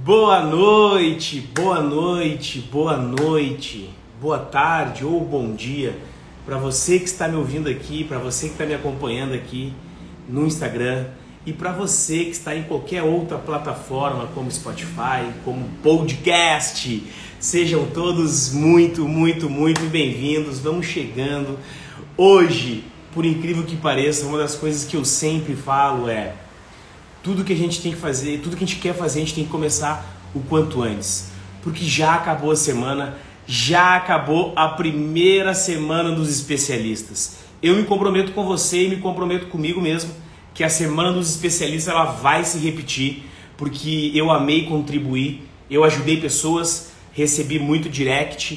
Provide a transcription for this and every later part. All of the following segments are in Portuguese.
Boa noite, boa noite, boa noite, boa tarde ou bom dia para você que está me ouvindo aqui, para você que está me acompanhando aqui no Instagram e para você que está em qualquer outra plataforma como Spotify, como podcast. Sejam todos muito bem-vindos. Vamos chegando. Hoje, por incrível que pareça, uma das coisas que eu sempre falo é: tudo que a gente tem que fazer, tudo que a gente quer fazer, a gente tem que começar o quanto antes. Porque já acabou a semana, já acabou a primeira semana dos especialistas. Eu me comprometo com você e me comprometo comigo mesmo que a semana dos especialistas ela vai se repetir, porque eu amei contribuir, eu ajudei pessoas, recebi muito direct,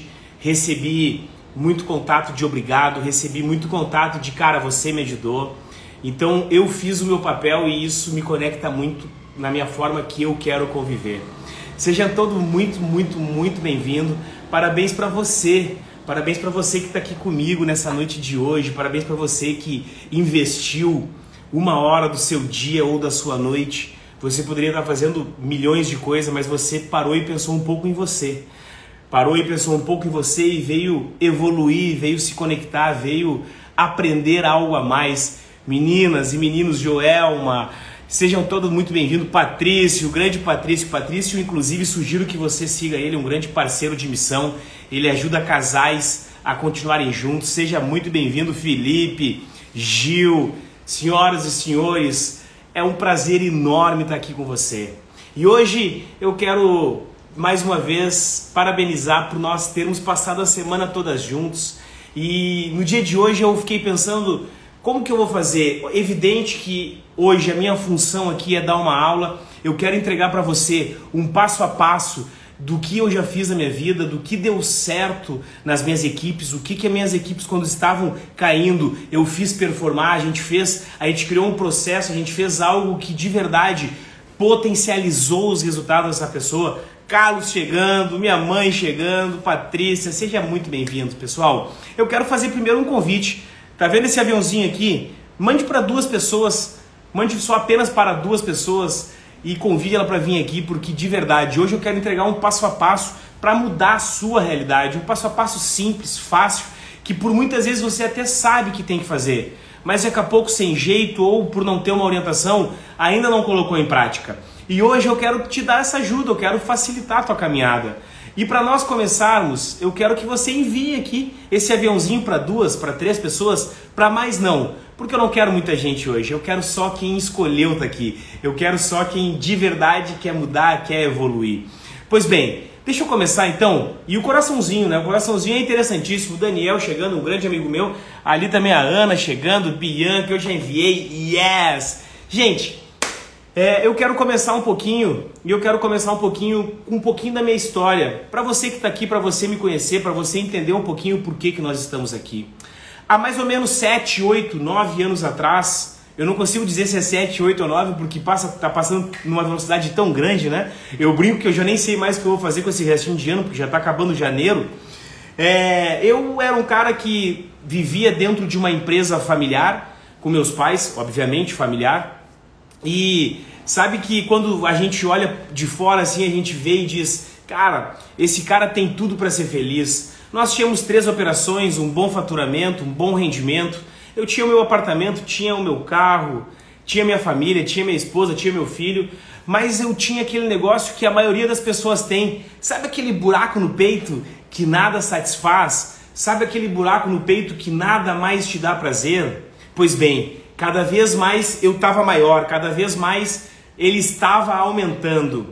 recebi muito contato de obrigado, recebi muito contato de cara, você me ajudou. Então eu fiz o meu papel e isso me conecta muito na minha forma que eu quero conviver. Seja todo muito bem-vindo. Parabéns para você que está aqui comigo nessa noite de hoje. Parabéns para você que investiu uma hora do seu dia ou da sua noite. Você poderia estar fazendo milhões de coisas, mas você parou e pensou um pouco em você. Parou e pensou um pouco em você e veio evoluir, veio se conectar, veio aprender algo a mais. Meninas e meninos, Joelma, sejam todos muito bem-vindos. Patrício, o grande Patrício, inclusive sugiro que você siga ele, um grande parceiro de missão. Ele ajuda casais a continuarem juntos. Seja muito bem-vindo, Felipe, Gil, senhoras e senhores. É um prazer enorme estar aqui com você. E hoje eu quero, mais uma vez, parabenizar por nós termos passado a semana todas juntos. E no dia de hoje eu fiquei pensando: como que eu vou fazer? Evidente que hoje a minha função aqui é dar uma aula. Eu quero entregar para você um passo a passo do que eu já fiz na minha vida, do que deu certo nas minhas equipes, o que as minhas equipes, quando estavam caindo, eu fiz performar, a gente criou um processo, a gente fez algo que de verdade potencializou os resultados dessa pessoa. Carlos chegando, minha mãe chegando, Patrícia, seja muito bem-vindo, pessoal. Eu quero fazer primeiro um convite. Tá vendo esse aviãozinho aqui? Mande para 2 pessoas, mande só apenas para 2 pessoas e convide ela para vir aqui, porque de verdade, hoje eu quero entregar um passo a passo para mudar a sua realidade, um passo a passo simples, fácil, que por muitas vezes você até sabe que tem que fazer, mas daqui a pouco sem jeito ou por não ter uma orientação, ainda não colocou em prática. E hoje eu quero te dar essa ajuda, eu quero facilitar a tua caminhada. E para nós começarmos, eu quero que você envie aqui esse aviãozinho para 2, para 3 pessoas, para mais não. Porque eu não quero muita gente hoje, eu quero só quem escolheu estar aqui. Eu quero só quem de verdade quer mudar, quer evoluir. Pois bem, deixa eu começar então. E o coraçãozinho, né? O coraçãozinho é interessantíssimo. O Daniel chegando, um grande amigo meu. Ali também a Ana chegando, Bianca, eu já enviei. Yes! Gente, eu quero começar um pouquinho, com um pouquinho da minha história. Para você que está aqui, para você me conhecer, para você entender um pouquinho por que nós estamos aqui. Há mais ou menos 7, 8, 9 anos atrás, eu não consigo dizer se é 7, 8 ou 9, porque tá passando numa velocidade tão grande, né? Eu brinco que eu já nem sei mais o que eu vou fazer com esse restinho de ano, porque já está acabando janeiro. Eu era um cara que vivia dentro de uma empresa familiar, com meus pais, obviamente familiar. E sabe que quando a gente olha de fora assim, a gente vê e diz: cara, esse cara tem tudo para ser feliz. Nós tínhamos 3 operações, um bom faturamento, um bom rendimento. Eu tinha o meu apartamento, tinha o meu carro, tinha minha família, tinha minha esposa, tinha meu filho. Mas eu tinha aquele negócio que a maioria das pessoas tem. Sabe aquele buraco no peito que nada satisfaz? Sabe aquele buraco no peito que nada mais te dá prazer? Pois bem, cada vez mais eu estava maior, cada vez mais ele estava aumentando.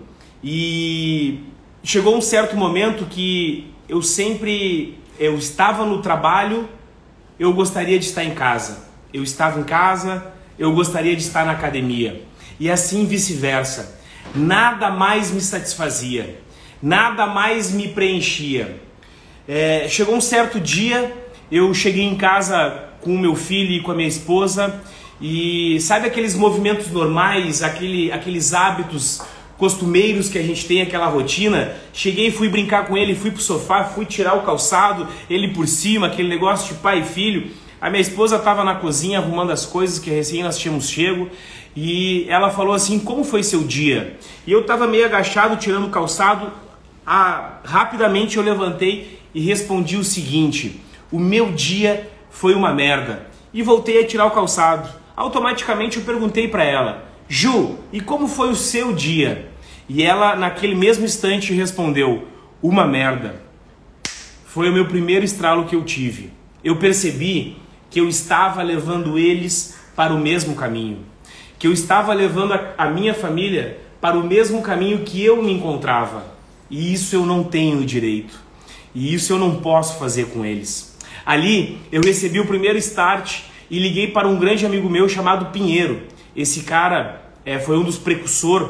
E chegou um certo momento que eu estava no trabalho, eu gostaria de estar em casa. Eu estava em casa, eu gostaria de estar na academia. E assim vice-versa. Nada mais me satisfazia, nada mais me preenchia. Chegou um certo dia, eu cheguei em casa com o meu filho e com a minha esposa. E sabe aqueles movimentos normais, aqueles hábitos costumeiros que a gente tem, aquela rotina? Cheguei, fui brincar com ele, fui pro sofá, fui tirar o calçado, ele por cima, aquele negócio de pai e filho. A minha esposa estava na cozinha arrumando as coisas que recém nós tínhamos chego e ela falou assim, como foi seu dia? E eu estava meio agachado tirando o calçado, rapidamente eu levantei e respondi o seguinte, o meu dia foi uma merda. E voltei a tirar o calçado. Automaticamente eu perguntei para ela, Ju, e como foi o seu dia? E ela naquele mesmo instante respondeu, uma merda. Foi o meu primeiro estralo que eu tive. Eu percebi que eu estava levando eles para o mesmo caminho. Que eu estava levando a minha família para o mesmo caminho que eu me encontrava. E isso eu não tenho direito. E isso eu não posso fazer com eles. Ali eu recebi o primeiro start e liguei para um grande amigo meu chamado Pinheiro. Esse cara foi um dos precursores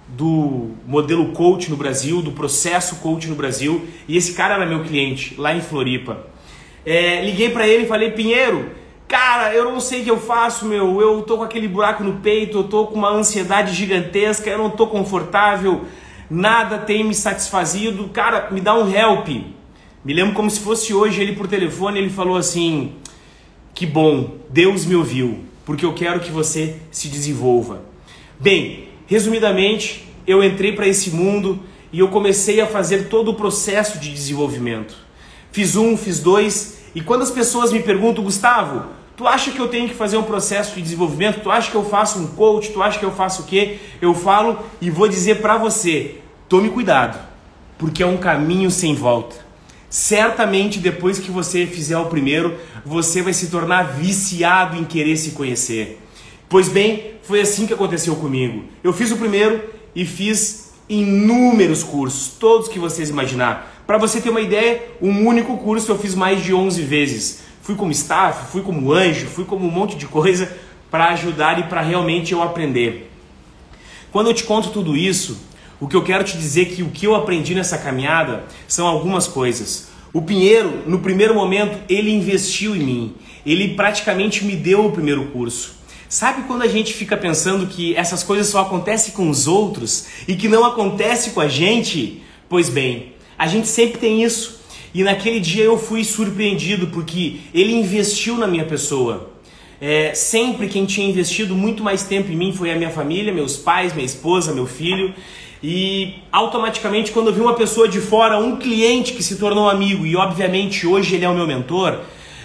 do modelo coach no Brasil, do processo coach no Brasil. E esse cara era meu cliente lá em Floripa. Liguei para ele e falei, Pinheiro, cara, eu não sei o que eu faço, meu. Eu tô com aquele buraco no peito, eu tô com uma ansiedade gigantesca, eu não tô confortável, nada tem me satisfazido. Cara, me dá um help. Me lembro como se fosse hoje, ele por telefone, ele falou assim, que bom, Deus me ouviu, porque eu quero que você se desenvolva. Bem, resumidamente, eu entrei para esse mundo e eu comecei a fazer todo o processo de desenvolvimento. Fiz 1, fiz 2, e quando as pessoas me perguntam, Gustavo, tu acha que eu tenho que fazer um processo de desenvolvimento? Tu acha que eu faço um coach? Tu acha que eu faço o quê? Eu falo e vou dizer para você, tome cuidado, porque é um caminho sem volta. Certamente depois que você fizer o primeiro, você vai se tornar viciado em querer se conhecer. Pois bem, foi assim que aconteceu comigo. Eu fiz o primeiro e fiz inúmeros cursos, todos que vocês imaginar. Para você ter uma ideia, um único curso eu fiz mais de 11 vezes. Fui como staff, fui como anjo, fui como um monte de coisa para ajudar e para realmente eu aprender. Quando eu te conto tudo isso, o que eu quero te dizer é que o que eu aprendi nessa caminhada são algumas coisas. O Pinheiro, no primeiro momento, ele investiu em mim. Ele praticamente me deu o primeiro curso. Sabe quando a gente fica pensando que essas coisas só acontecem com os outros e que não acontece com a gente? Pois bem, a gente sempre tem isso. E naquele dia eu fui surpreendido porque ele investiu na minha pessoa. Sempre quem tinha investido muito mais tempo em mim foi a minha família, meus pais, minha esposa, meu filho. E automaticamente quando eu vi uma pessoa de fora, um cliente que se tornou um amigo e obviamente hoje ele é o meu mentor,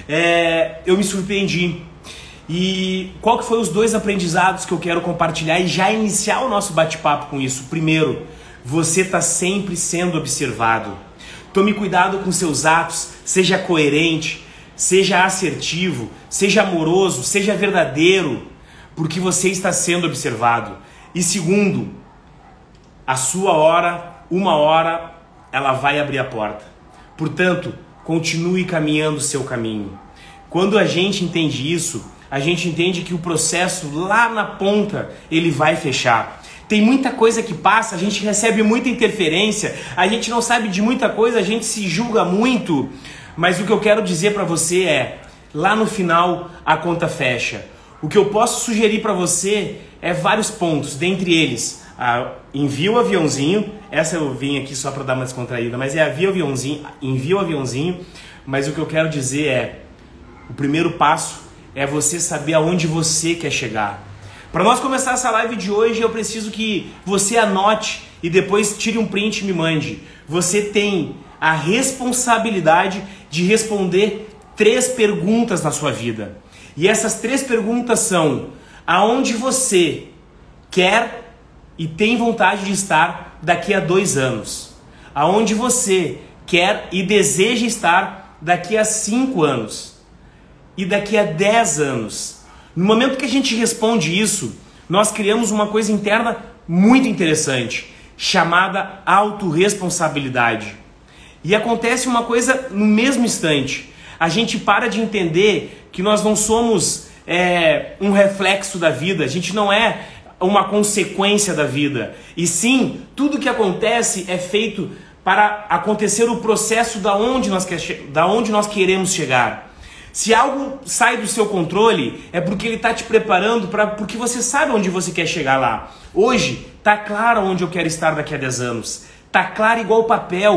eu me surpreendi. E qual que foi os 2 aprendizados que eu quero compartilhar e já iniciar o nosso bate-papo com isso? Primeiro, você está sempre sendo observado. Tome cuidado com seus atos, seja coerente, seja assertivo, seja amoroso, seja verdadeiro, porque você está sendo observado. E segundo, a sua hora, uma hora, ela vai abrir a porta. Portanto, continue caminhando o seu caminho. Quando a gente entende isso, a gente entende que o processo lá na ponta, ele vai fechar. Tem muita coisa que passa, a gente recebe muita interferência, a gente não sabe de muita coisa, a gente se julga muito, mas o que eu quero dizer para você é, lá no final a conta fecha. O que eu posso sugerir para você é vários pontos, dentre eles, envia o aviãozinho, essa eu vim aqui só para dar uma descontraída, mas envia o aviãozinho, mas o que eu quero dizer é, o primeiro passo é você saber aonde você quer chegar. Para nós começar essa live de hoje, eu preciso que você anote e depois tire um print e me mande. Você tem a responsabilidade de responder 3 perguntas na sua vida. E essas 3 perguntas são: aonde você quer e tem vontade de estar daqui a 2 anos? Aonde você quer e deseja estar daqui a 5 anos? E daqui a 10 anos? No momento que a gente responde isso, nós criamos uma coisa interna muito interessante, chamada autorresponsabilidade. E acontece uma coisa no mesmo instante. A gente para de entender que nós não somos um reflexo da vida, a gente não é uma consequência da vida. E sim, tudo que acontece é feito para acontecer o processo da onde nós queremos chegar. Se algo sai do seu controle, é porque ele está te preparando porque você sabe onde você quer chegar lá. Hoje, está claro onde eu quero estar daqui a 10 anos. Está claro igual papel.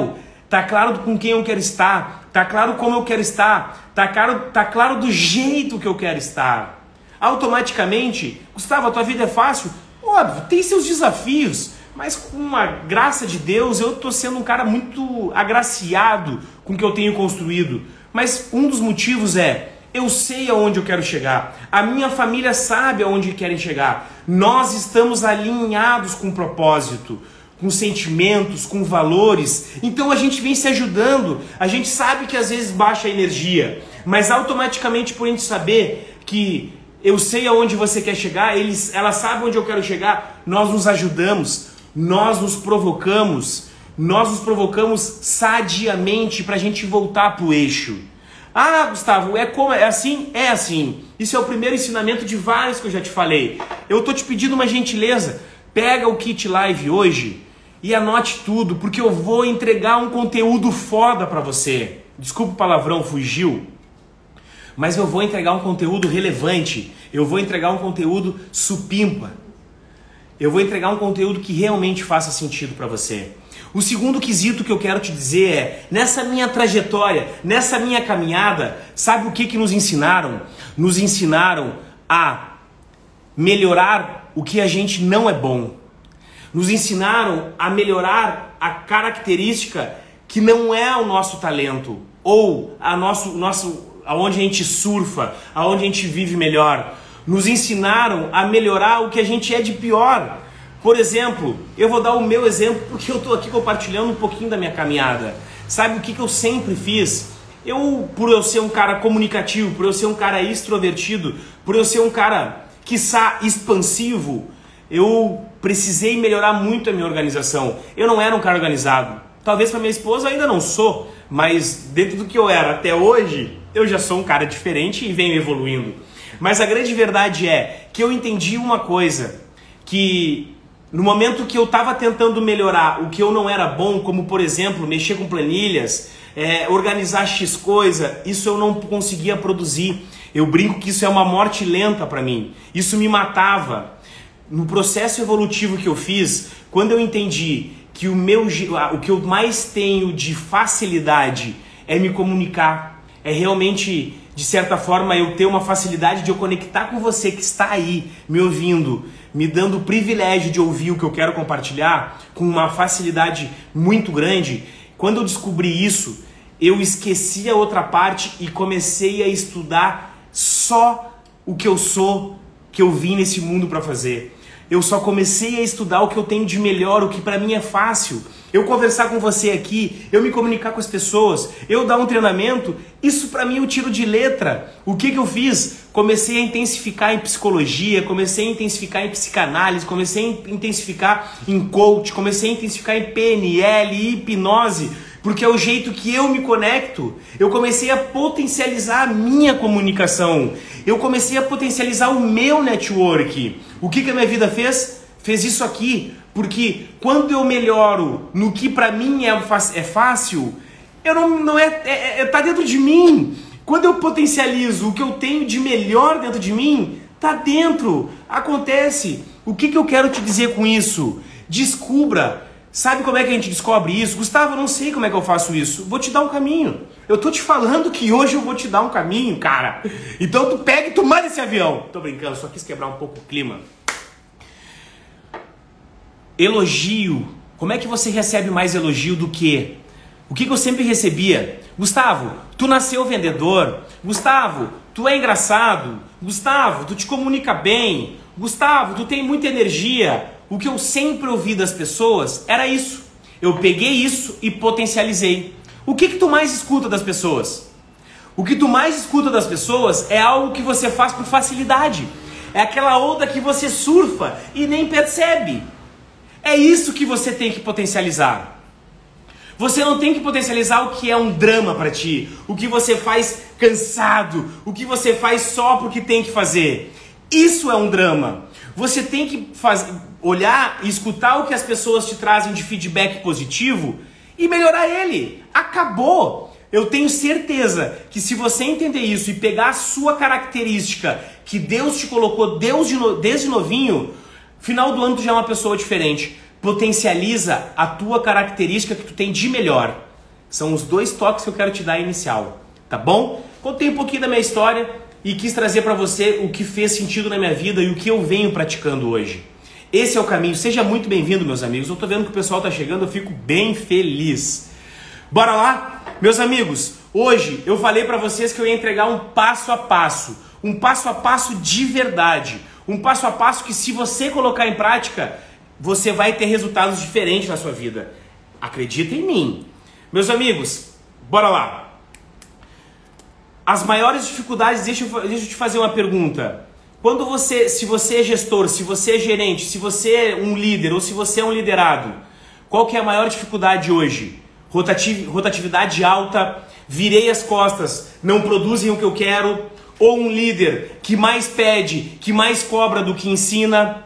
tá claro com quem eu quero estar, tá claro como eu quero estar, tá claro do jeito que eu quero estar. Automaticamente, Gustavo, a tua vida é fácil? Óbvio, tem seus desafios, mas com a graça de Deus eu tô sendo um cara muito agraciado com o que eu tenho construído. Mas um dos motivos é, eu sei aonde eu quero chegar, a minha família sabe aonde querem chegar, nós estamos alinhados com propósito, com sentimentos, com valores, então a gente vem se ajudando, a gente sabe que às vezes baixa a energia, mas automaticamente por a gente saber que eu sei aonde você quer chegar, ela sabe onde eu quero chegar, nós nos ajudamos, nós nos provocamos sadiamente para a gente voltar para o eixo. Ah, Gustavo, é assim? É assim. Isso é o primeiro ensinamento de vários que eu já te falei. Eu tô te pedindo uma gentileza, pega o Kit Live hoje e anote tudo, porque eu vou entregar um conteúdo foda para você. Desculpa o palavrão, fugiu. Mas eu vou entregar um conteúdo relevante, eu vou entregar um conteúdo supimpa, eu vou entregar um conteúdo que realmente faça sentido para você. O segundo quesito que eu quero te dizer é, nessa minha trajetória, nessa minha caminhada, sabe o que nos ensinaram? Nos ensinaram a melhorar o que a gente não é bom. Nos ensinaram a melhorar a característica que não é o nosso talento, ou aonde a gente surfa, aonde a gente vive melhor. Nos ensinaram a melhorar o que a gente é de pior. Por exemplo, eu vou dar o meu exemplo porque eu estou aqui compartilhando um pouquinho da minha caminhada. Sabe o que eu sempre fiz? Por eu ser um cara comunicativo, por eu ser um cara extrovertido, por eu ser um cara, quiçá, expansivo, eu precisei melhorar muito a minha organização. Eu não era um cara organizado. Talvez para minha esposa ainda não sou, mas dentro do que eu era até hoje, eu já sou um cara diferente e venho evoluindo. Mas a grande verdade é que eu entendi uma coisa, que no momento que eu estava tentando melhorar o que eu não era bom, como por exemplo, mexer com planilhas, organizar X coisa, isso eu não conseguia produzir. Eu brinco que isso é uma morte lenta para mim. Isso me matava. No processo evolutivo que eu fiz, quando eu entendi que o que eu mais tenho de facilidade é me comunicar, é realmente, de certa forma, eu ter uma facilidade de eu conectar com você que está aí, me ouvindo, me dando o privilégio de ouvir o que eu quero compartilhar, com uma facilidade muito grande. Quando eu descobri isso, eu esqueci a outra parte e comecei a estudar só o que eu sou, que eu vim nesse mundo para fazer. Eu só comecei a estudar o que eu tenho de melhor, o que para mim é fácil. Eu conversar com você aqui, eu me comunicar com as pessoas, eu dar um treinamento, isso para mim eu tiro de letra. O que eu fiz? Comecei a intensificar em psicologia, comecei a intensificar em psicanálise, comecei a intensificar em coach, comecei a intensificar em PNL e hipnose, porque é o jeito que eu me conecto. Eu comecei a potencializar a minha comunicação, eu comecei a potencializar o meu network. O que a minha vida fez? Fez isso aqui, porque quando eu melhoro no que pra mim é fácil, tá dentro de mim. Quando eu potencializo o que eu tenho de melhor dentro de mim, tá dentro, acontece. O que eu quero te dizer com isso? Descubra. Sabe como é que a gente descobre isso? Gustavo, eu não sei como é que eu faço isso. Vou te dar um caminho. Eu tô te falando que hoje eu vou te dar um caminho, cara. Então tu pega e tu manda esse avião. Tô brincando, só quis quebrar um pouco o clima. Elogio. Como é que você recebe mais elogio do que? O que eu sempre recebia? Gustavo, tu nasceu vendedor. Gustavo, tu é engraçado. Gustavo, tu te comunica bem. Gustavo, tu tem muita energia. O que eu sempre ouvi das pessoas era isso. Eu peguei isso e potencializei. O que tu mais escuta das pessoas? O que tu mais escuta das pessoas é algo que você faz por facilidade. É aquela onda que você surfa e nem percebe. É isso que você tem que potencializar. Você não tem que potencializar o que é um drama para ti, o que você faz cansado, o que você faz só porque tem que fazer. Isso é um drama. Você tem que olhar e escutar o que as pessoas te trazem de feedback positivo e melhorar ele. Acabou! Eu tenho certeza que se você entender isso e pegar a sua característica que Deus te colocou desde novinho, final do ano tu já é uma pessoa diferente. Potencializa a tua característica que tu tem de melhor. São os 2 toques que eu quero te dar inicial, tá bom? Contei um pouquinho da minha história e quis trazer para você o que fez sentido na minha vida e o que eu venho praticando hoje. Esse é o caminho. Seja muito bem-vindo, meus amigos. Eu tô vendo que o pessoal tá chegando, eu fico bem feliz. Bora lá? Meus amigos, hoje eu falei para vocês que eu ia entregar um passo a passo de verdade, um passo a passo que, se você colocar em prática, você vai ter resultados diferentes na sua vida. Acredita em mim. Meus amigos, bora lá. As maiores dificuldades, deixa eu te fazer uma pergunta. Se você é gestor, se você é gerente, se você é um líder ou se você é um liderado, qual que é a maior dificuldade hoje? Rotatividade alta, virei as costas, não produzem o que eu quero, ou um líder que mais pede, que mais cobra do que ensina,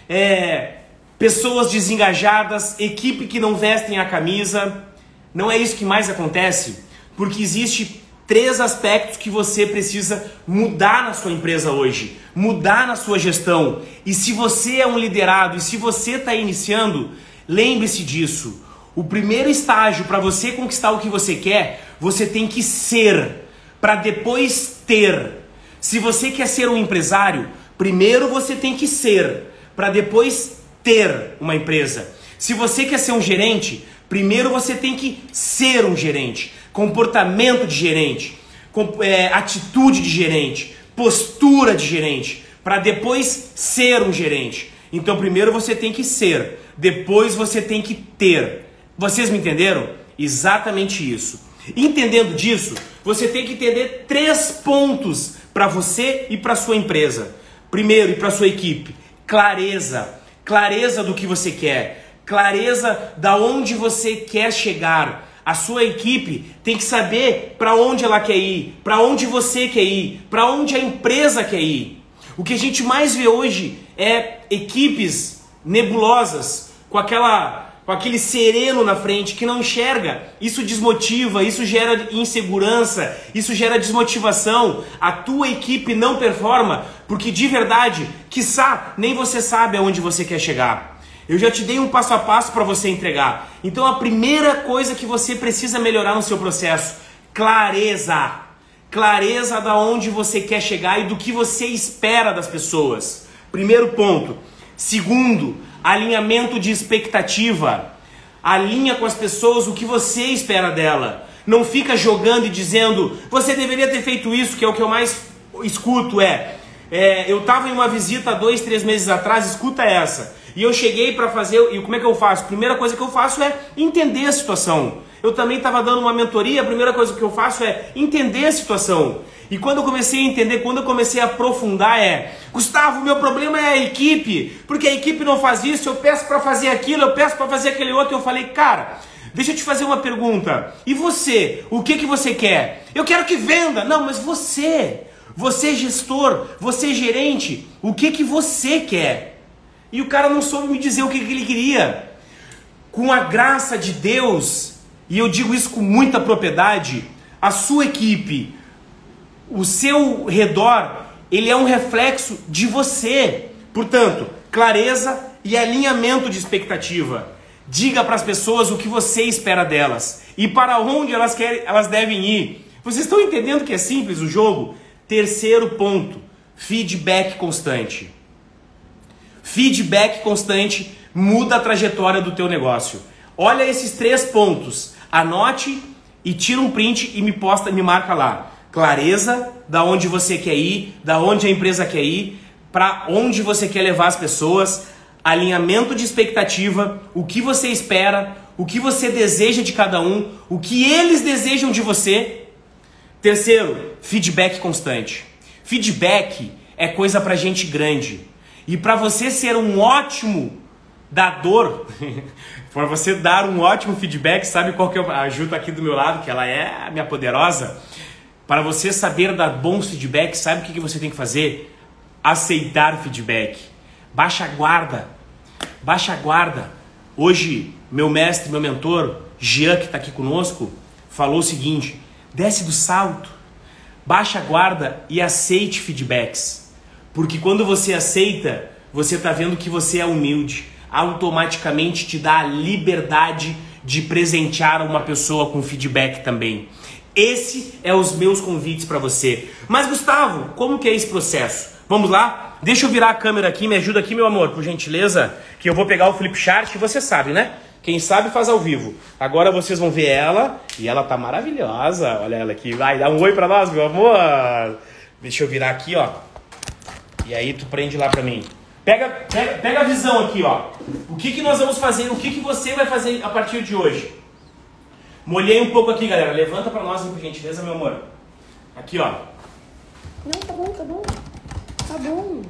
pessoas desengajadas, equipe que não vestem a camisa. Não é isso que mais acontece? Porque existe 3 aspectos que você precisa mudar na sua empresa hoje, mudar na sua gestão. E se você é um liderado e se você está iniciando, lembre-se disso. O primeiro estágio para você conquistar o que você quer, você tem que ser, para depois ter. Se você quer ser um empresário, primeiro você tem que ser, para depois ter uma empresa. Se você quer ser um gerente, primeiro você tem que ser um gerente. Comportamento de gerente, atitude de gerente, postura de gerente, para depois ser um gerente. Então primeiro você tem que ser, depois você tem que ter. Vocês me entenderam? Exatamente isso. Entendendo disso, você tem que entender 3 pontos para você e para sua empresa. Primeiro, e para sua equipe, clareza do que você quer, clareza da onde você quer chegar. A sua equipe tem que saber para onde ela quer ir, para onde você quer ir, para onde a empresa quer ir. O que a gente mais vê hoje é equipes nebulosas, com aquele sereno na frente que não enxerga. Isso desmotiva, isso gera insegurança, isso gera desmotivação. A tua equipe não performa porque, de verdade, quiçá, nem você sabe aonde você quer chegar. Eu já te dei um passo a passo para você entregar. Então a primeira coisa que você precisa melhorar no seu processo, clareza. Clareza da onde você quer chegar e do que você espera das pessoas. Primeiro ponto. Segundo, alinhamento de expectativa. Alinha com as pessoas o que você espera dela. Não fica jogando e dizendo, você deveria ter feito isso, que é o que eu mais escuto. Eu estava em uma visita 2, 3 meses atrás, escuta essa. E eu cheguei para fazer, e como é que eu faço? Primeira coisa que eu faço é entender a situação. Eu também estava dando uma mentoria, a primeira coisa que eu faço é entender a situação. E quando eu comecei a entender, quando eu comecei a aprofundar Gustavo, meu problema é a equipe, porque a equipe não faz isso, eu peço para fazer aquilo, eu peço para fazer aquele outro. Eu falei, cara, deixa eu te fazer uma pergunta. E você? O que você quer? Eu quero que venda. Não, mas você gestor, você gerente, o que você quer? E o cara não soube me dizer o que ele queria. Com a graça de Deus, e eu digo isso com muita propriedade, a sua equipe, o seu redor, ele é um reflexo de você. Portanto, clareza e alinhamento de expectativa. Diga para as pessoas o que você espera delas e para onde elas devem ir. Vocês estão entendendo que é simples o jogo? Terceiro ponto, feedback constante. Feedback constante muda a trajetória do teu negócio. Olha esses 3 pontos, anote e tira um print e me marca lá. Clareza, da onde você quer ir, da onde a empresa quer ir, para onde você quer levar as pessoas, alinhamento de expectativa, o que você espera, o que você deseja de cada um, o que eles desejam de você. Terceiro, feedback constante. Feedback é coisa para gente grande. E para você ser um ótimo dador, para você dar um ótimo feedback, sabe qual que é a Ju tá aqui do meu lado, que ela é a minha poderosa? Para você saber dar bons feedbacks, sabe o que você tem que fazer? Aceitar feedback. Baixa a guarda. Baixa a guarda. Hoje, meu mestre, meu mentor, Jean, que está aqui conosco, falou o seguinte, desce do salto, baixa a guarda e aceite feedbacks. Porque quando você aceita, você está vendo que você é humilde. Automaticamente te dá a liberdade de presentear uma pessoa com feedback também. Esse é os meus convites para você. Mas Gustavo, como que é esse processo? Vamos lá? Deixa eu virar a câmera aqui, me ajuda aqui, meu amor, por gentileza, que eu vou pegar o Flipchart, que você sabe, né? Quem sabe faz ao vivo. Agora vocês vão ver ela, e ela tá maravilhosa. Olha ela aqui, vai, dá um oi pra nós, meu amor. Deixa eu virar aqui, ó. E aí tu prende lá pra mim. Pega a visão aqui, ó. O que nós vamos fazer, o que você vai fazer a partir de hoje? Molhei um pouco aqui, galera. Levanta pra nós, por gentileza, meu amor. Aqui, ó. Não, tá bom, tá bom. Tá bom.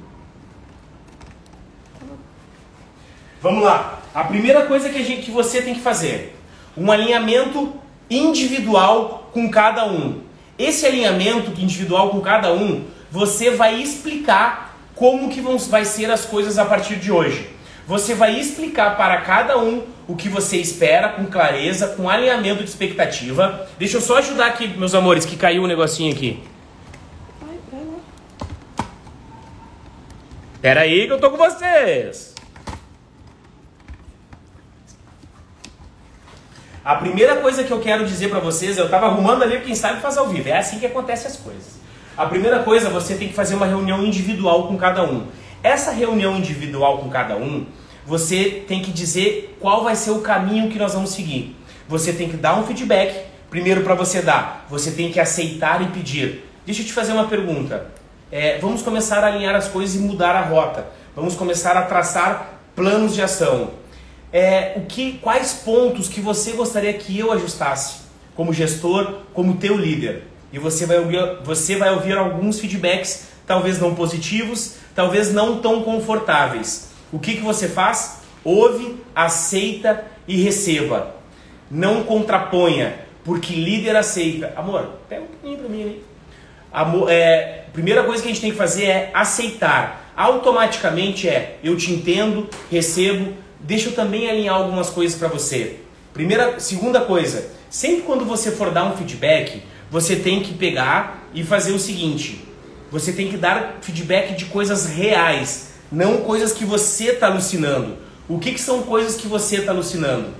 Vamos lá. A primeira coisa que você tem que fazer, um alinhamento individual com cada um. Esse alinhamento individual com cada um, você vai explicar como que vai ser as coisas a partir de hoje. Você vai explicar para cada um o que você espera, com clareza, com alinhamento de expectativa. Deixa eu só ajudar aqui, meus amores, que caiu um negocinho aqui. Vai lá. Pera aí que eu tô com vocês. A primeira coisa que eu quero dizer pra vocês, eu tava arrumando ali, quem sabe faz ao vivo. É assim que acontecem as coisas. A primeira coisa, você tem que fazer uma reunião individual com cada um. Essa reunião individual com cada um, você tem que dizer qual vai ser o caminho que nós vamos seguir. Você tem que dar um feedback. Primeiro, para você dar, você tem que aceitar e pedir. Deixa eu te fazer uma pergunta. Vamos começar a alinhar as coisas e mudar a rota. Vamos começar a traçar planos de ação. Quais pontos que você gostaria que eu ajustasse como gestor, como teu líder? E você vai ouvir alguns feedbacks, talvez não positivos, talvez não tão confortáveis. O que você faz? Ouve, aceita e receba. Não contraponha, porque líder aceita. Amor, pega um pouquinho pra mim ali. Primeira coisa que a gente tem que fazer é aceitar. Automaticamente eu te entendo, recebo. Deixa eu também alinhar algumas coisas para você. Segunda coisa, sempre quando você for dar um feedback, você tem que pegar e fazer o seguinte. Você tem que dar feedback de coisas reais, não coisas que você está alucinando. O que são coisas que você está alucinando?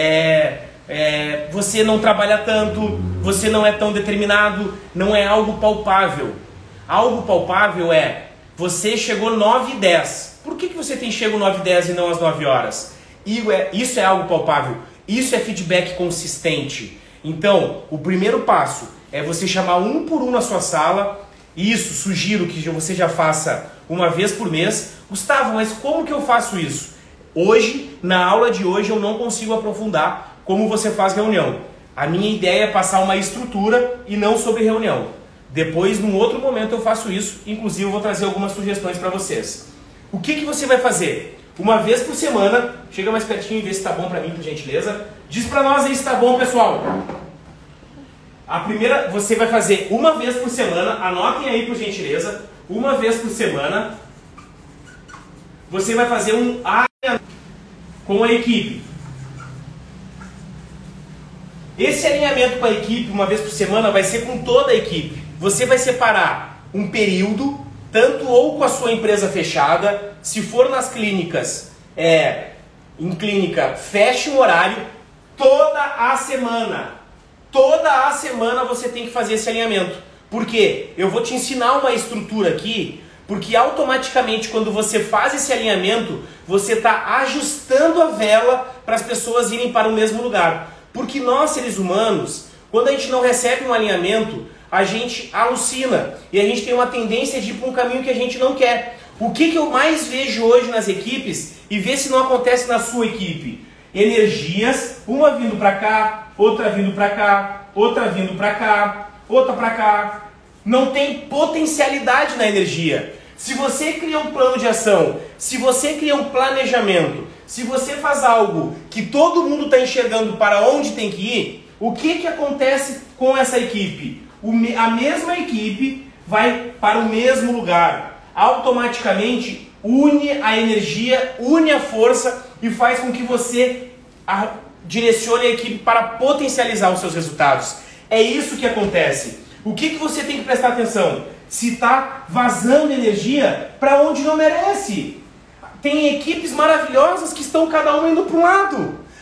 Você não trabalha tanto, você não é tão determinado, não é algo palpável. Algo palpável você chegou 9h10. Por que você tem chego 9h10 e não às 9 horas? Isso é algo palpável. Isso é feedback consistente. Então, o primeiro passo é você chamar um por um na sua sala. Isso, sugiro que você já faça uma vez por mês. Gustavo, mas como que eu faço isso? Hoje, na aula de hoje, eu não consigo aprofundar como você faz reunião. A minha ideia é passar uma estrutura e não sobre reunião. Depois, num outro momento, eu faço isso. Inclusive, eu vou trazer algumas sugestões para vocês. O que você vai fazer? Uma vez por semana, chega mais pertinho e vê se tá bom pra mim, por gentileza. Diz pra nós aí se tá bom, pessoal. A primeira, você vai fazer uma vez por semana, anotem aí, por gentileza. Uma vez por semana, você vai fazer um alinhamento com a equipe. Esse alinhamento com a equipe, uma vez por semana, vai ser com toda a equipe. Você vai separar um período, tanto ou com a sua empresa fechada, se for nas clínicas, em clínica, feche um horário, toda a semana. Toda a semana você tem que fazer esse alinhamento. Por quê? Eu vou te ensinar uma estrutura aqui, porque automaticamente quando você faz esse alinhamento, você está ajustando a vela para as pessoas irem para o mesmo lugar. Porque nós, seres humanos, quando a gente não recebe um alinhamento, a gente alucina e a gente tem uma tendência de ir para um caminho que a gente não quer. O que eu mais vejo hoje nas equipes, e vê se não acontece na sua equipe? Energias, uma vindo para cá, outra vindo para cá, outra vindo para cá, outra para cá. Não tem potencialidade na energia. Se você cria um plano de ação, se você cria um planejamento, se você faz algo que todo mundo está enxergando para onde tem que ir, o que acontece com essa equipe? A mesma equipe vai para o mesmo lugar. Automaticamente une a energia, une a força e faz com que você direcione a equipe para potencializar os seus resultados. É isso que acontece. O que você tem que prestar atenção? Se está vazando energia para onde não merece. Tem equipes maravilhosas que estão cada uma indo para um lado.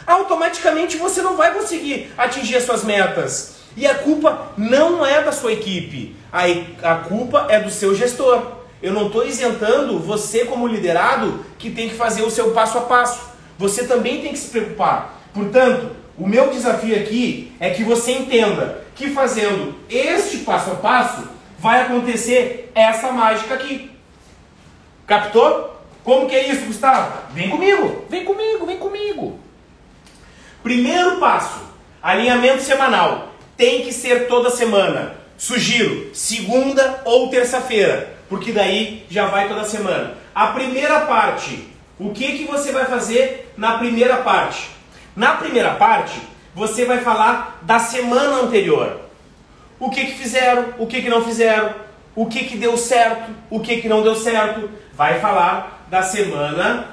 automaticamente você não vai conseguir atingir as suas metas. E a culpa não é da sua equipe, a culpa é do seu gestor. Eu não estou isentando você como liderado que tem que fazer o seu passo a passo. Você também tem que se preocupar. Portanto, o meu desafio aqui é que você entenda que fazendo este passo a passo vai acontecer essa mágica aqui. Captou? Como que é isso, Gustavo? Vem comigo, vem comigo, vem comigo. Primeiro passo, alinhamento semanal. Tem que ser toda semana. Sugiro, segunda ou terça-feira, porque daí já vai toda semana. A primeira parte, o que você vai fazer na primeira parte? Na primeira parte, você vai falar da semana anterior. O que fizeram, o que não fizeram, o que deu certo, o que não deu certo. Vai falar da semana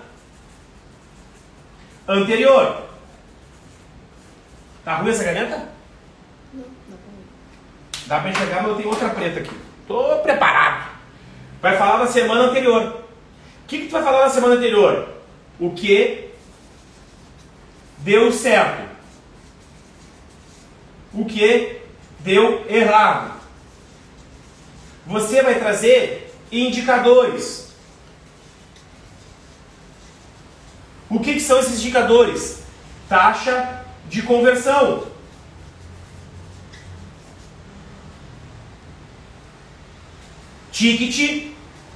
anterior. Tá ruim essa caneta? Não, dá pra ver. Dá pra enxergar, mas eu tenho outra preta aqui. Tô preparado. Vai falar da semana anterior. O que tu vai falar da semana anterior? O que deu certo. O que deu errado. Você vai trazer indicadores. O que são esses indicadores? Taxa de conversão. Ticket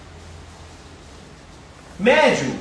médio.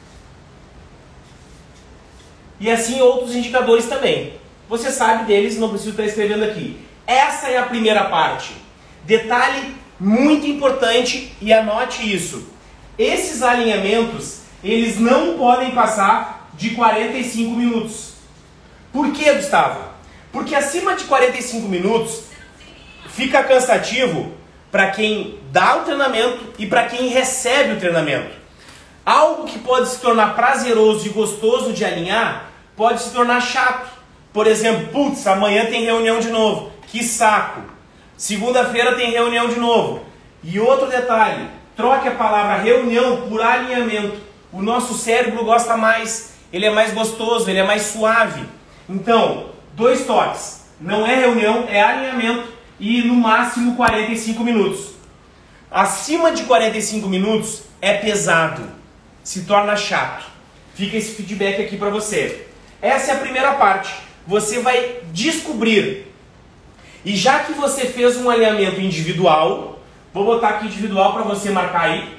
E assim outros indicadores também. Você sabe deles, não preciso estar escrevendo aqui. Essa é a primeira parte. Detalhe muito importante e anote isso. Esses alinhamentos, eles não podem passar de 45 minutos. Por quê, Gustavo? Porque acima de 45 minutos fica cansativo para quem dá o treinamento e para quem recebe o treinamento. Algo que pode se tornar prazeroso e gostoso de alinhar pode se tornar chato. Por exemplo, putz, amanhã tem reunião de novo. Que saco. Segunda-feira tem reunião de novo. E outro detalhe, troque a palavra reunião por alinhamento. O nosso cérebro gosta mais, ele é mais gostoso, ele é mais suave. Então, 2 toques. Não é reunião, é alinhamento e no máximo 45 minutos. Acima de 45 minutos é pesado, se torna chato. Fica esse feedback aqui para você. Essa é a primeira parte. Você vai descobrir. E já que você fez um alinhamento individual, vou botar aqui individual para você marcar aí.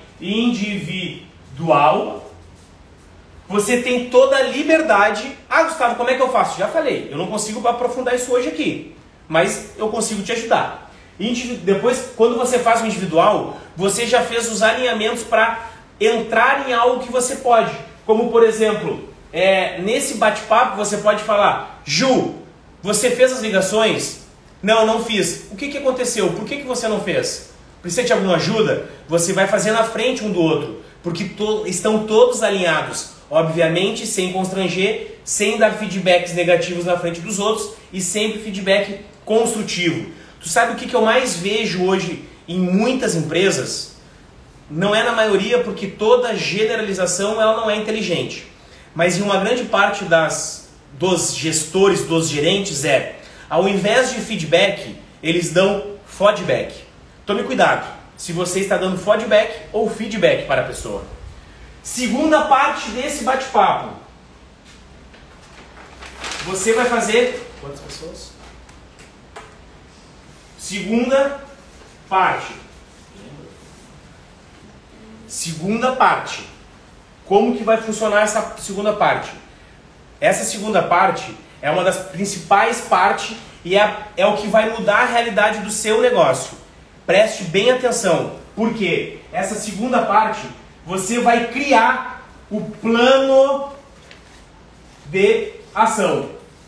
Individual. Você tem toda a liberdade. Ah, Gustavo, como é que eu faço? Já falei, eu não consigo aprofundar isso hoje aqui, mas eu consigo te ajudar. Depois, quando você faz o individual, você já fez os alinhamentos para entrar em algo que você pode. Como, por exemplo, nesse bate-papo você pode falar: Ju, você fez as ligações? Não, eu não fiz. O que aconteceu? Por que você não fez? Precisa de alguma ajuda? Você vai fazer na frente um do outro, porque estão todos alinhados. Obviamente, sem constranger, sem dar feedbacks negativos na frente dos outros e sempre feedback construtivo. Tu sabe o que eu mais vejo hoje em muitas empresas? Não é na maioria, porque toda generalização ela não é inteligente. Mas em uma grande parte dos gestores, dos gerentes ao invés de feedback, eles dão feedback. Tome cuidado se você está dando feedback ou feedback para a pessoa. Segunda parte desse bate-papo. Você vai fazer... Quantas pessoas? Segunda parte. Segunda parte. Como que vai funcionar essa segunda parte? Essa segunda parte é uma das principais partes e é o que vai mudar a realidade do seu negócio. Preste bem atenção, porque essa segunda parte você vai criar o plano de ação.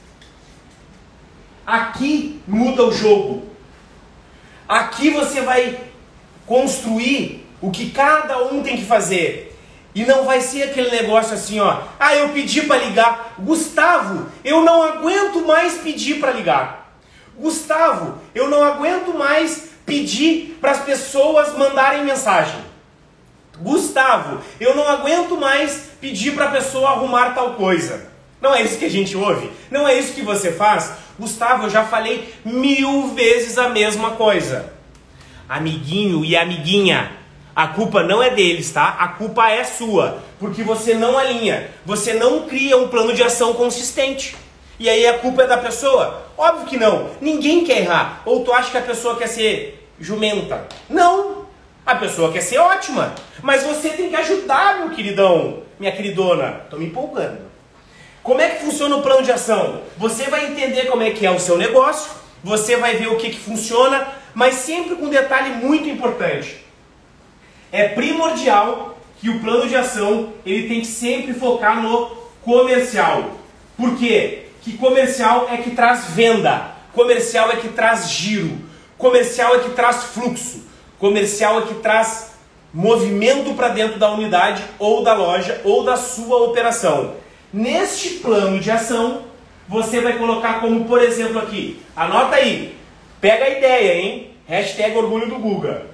Aqui muda o jogo. Aqui você vai construir o que cada um tem que fazer. E não vai ser aquele negócio assim, ó. Ah, eu pedi para ligar. Gustavo, eu não aguento mais pedir para ligar. Gustavo, eu não aguento mais pedir para as pessoas mandarem mensagem. Gustavo, eu não aguento mais pedir para a pessoa arrumar tal coisa. Não é isso que a gente ouve? Não é isso que você faz? Gustavo, eu já falei 1000 vezes a mesma coisa. Amiguinho e amiguinha, a culpa não é deles, tá? A culpa é sua, porque você não alinha, você não cria um plano de ação consistente. E aí a culpa é da pessoa? Óbvio que não, ninguém quer errar. Ou tu acha que a pessoa quer ser jumenta? Não, a pessoa quer ser ótima. Mas você tem que ajudar, meu queridão, minha queridona. Tô me empolgando. Como é que funciona o plano de ação? Você vai entender como é que é o seu negócio, você vai ver o que funciona, mas sempre com um detalhe muito importante. É primordial que o plano de ação ele tem que sempre focar no comercial. Por quê? Que comercial é que traz venda, comercial é que traz giro, comercial é que traz fluxo, comercial é que traz movimento para dentro da unidade ou da loja ou da sua operação. Neste plano de ação, você vai colocar como, por exemplo, aqui, anota aí, pega a ideia, hein? Hashtag orgulho do Guga.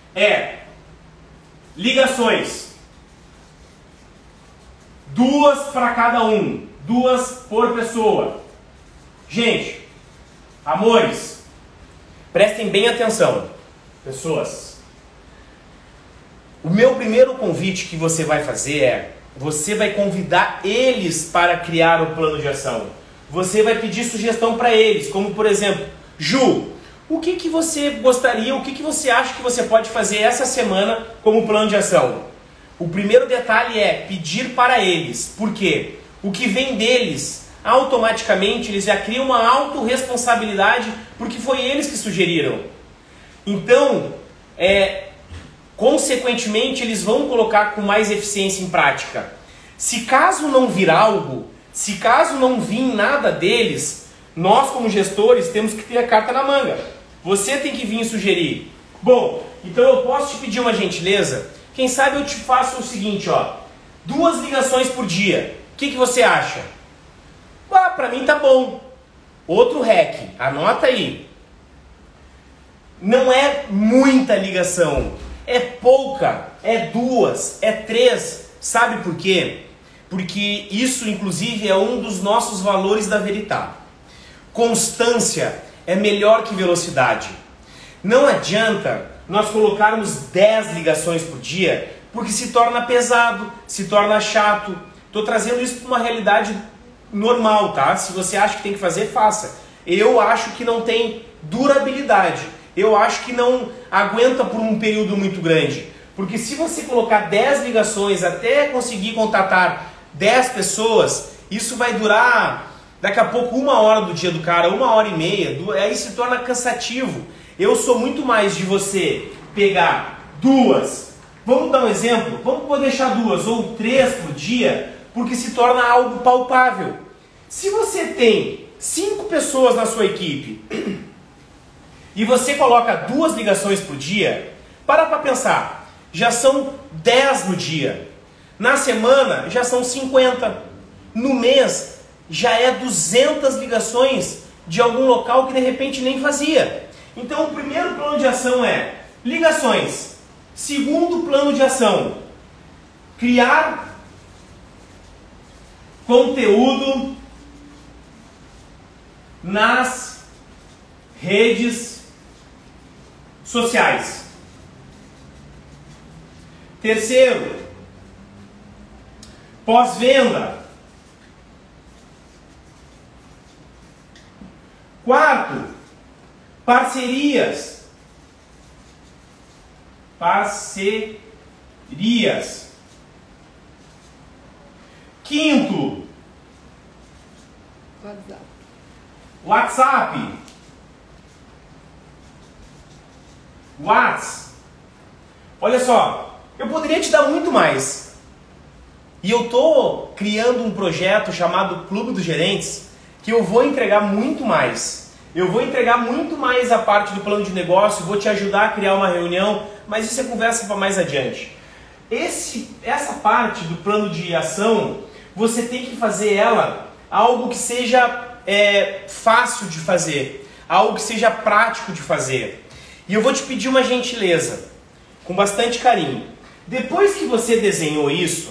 Ligações. 2 para cada um. 2 por pessoa. Gente, amores, prestem bem atenção. Pessoas, o meu primeiro convite que você vai fazer é, você vai convidar eles para criar o plano de ação. Você vai pedir sugestão para eles, como por exemplo, Ju, o que você gostaria, o que você acha que você pode fazer essa semana como plano de ação? O primeiro detalhe é pedir para eles. Por quê? O que vem deles, automaticamente eles já criam uma autorresponsabilidade porque foi eles que sugeriram. Então, consequentemente, eles vão colocar com mais eficiência em prática. Se caso não vir algo, se caso não vir nada deles, nós como gestores temos que ter a carta na manga. Você tem que vir e sugerir. Bom, então eu posso te pedir uma gentileza? Quem sabe eu te faço o seguinte, 2 ligações por dia. O que você acha? Pra mim tá bom. Outro hack, anota aí. Não é muita ligação, é pouca, é 2, é 3. Sabe por quê? Porque isso, inclusive, é um dos nossos valores da Verità. Constância é melhor que velocidade. Não adianta nós colocarmos 10 ligações por dia, porque se torna pesado, se torna chato. Estou trazendo isso para uma realidade normal, tá? Se você acha que tem que fazer, faça. Eu acho que não tem durabilidade. Eu acho que não aguenta por um período muito grande. Porque se você colocar 10 ligações até conseguir contatar 10 pessoas, isso vai durar daqui a pouco 1 hora do dia do cara, 1h30, aí se torna cansativo. Eu sou muito mais de você pegar 2, vamos dar um exemplo, vamos deixar 2 ou 3 por dia, porque se torna algo palpável. Se você tem 5 pessoas na sua equipe e você coloca 2 ligações por dia, para pensar, já são 10 no dia. Na semana já são 50. No mês já é 200 ligações de algum local que de repente nem fazia. Então o primeiro plano de ação é ligações. Segundo plano de ação, criar conteúdo nas redes sociais. Terceiro, pós-venda. Quarto, parcerias. Quinto, WhatsApp. Olha só, eu poderia te dar muito mais. E eu estou criando um projeto chamado Clube dos Gerentes, que eu vou entregar muito mais. Eu vou entregar muito mais a parte do plano de negócio, vou te ajudar a criar uma reunião, mas isso é conversa para mais adiante. Essa parte do plano de ação, você tem que fazer ela algo que seja fácil de fazer, algo que seja prático de fazer. E eu vou te pedir uma gentileza, com bastante carinho. Depois que você desenhou isso,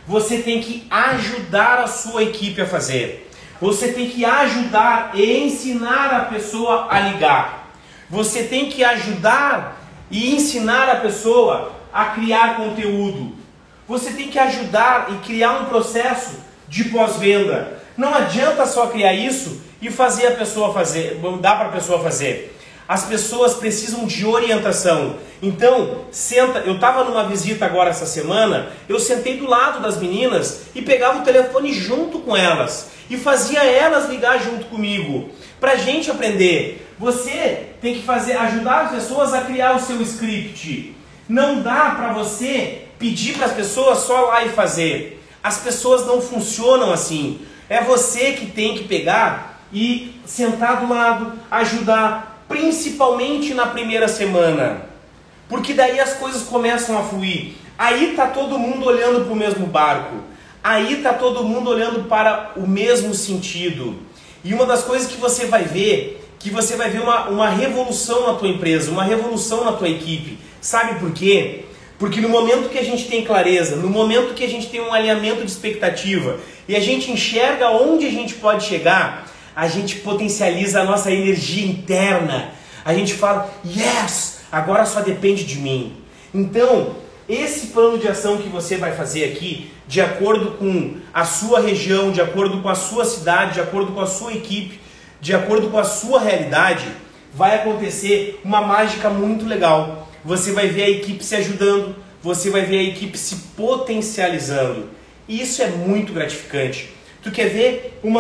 você tem que ajudar a sua equipe a fazer. Você tem que ajudar e ensinar a pessoa a ligar. Você tem que ajudar e ensinar a pessoa a criar conteúdo. Você tem que ajudar e criar um processo de pós-venda. Não adianta só criar isso e fazer a pessoa fazer, dar para a pessoa fazer. As pessoas precisam de orientação. Então, senta. Eu estava numa visita agora essa semana, eu sentei do lado das meninas e pegava o telefone junto com elas e fazia elas ligar junto comigo, pra gente aprender. Você tem que ajudar as pessoas a criar o seu script. Não dá para você pedir para as pessoas só lá e fazer. As pessoas não funcionam assim. É você que tem que pegar e sentar do lado, ajudar, principalmente na primeira semana. Porque daí as coisas começam a fluir. Aí tá todo mundo olhando para o mesmo barco. Aí tá todo mundo olhando para o mesmo sentido. E uma das coisas que você vai ver, uma revolução na tua empresa, uma revolução na tua equipe. Sabe por quê? Porque no momento que a gente tem clareza, no momento que a gente tem um alinhamento de expectativa e a gente enxerga onde a gente pode chegar, a gente potencializa a nossa energia interna. A gente fala, yes, agora só depende de mim. Então, esse plano de ação que você vai fazer aqui, de acordo com a sua região, de acordo com a sua cidade, de acordo com a sua equipe, de acordo com a sua realidade, vai acontecer uma mágica muito legal. Você vai ver a equipe se ajudando, você vai ver a equipe se potencializando. E isso é muito gratificante. Tu quer ver um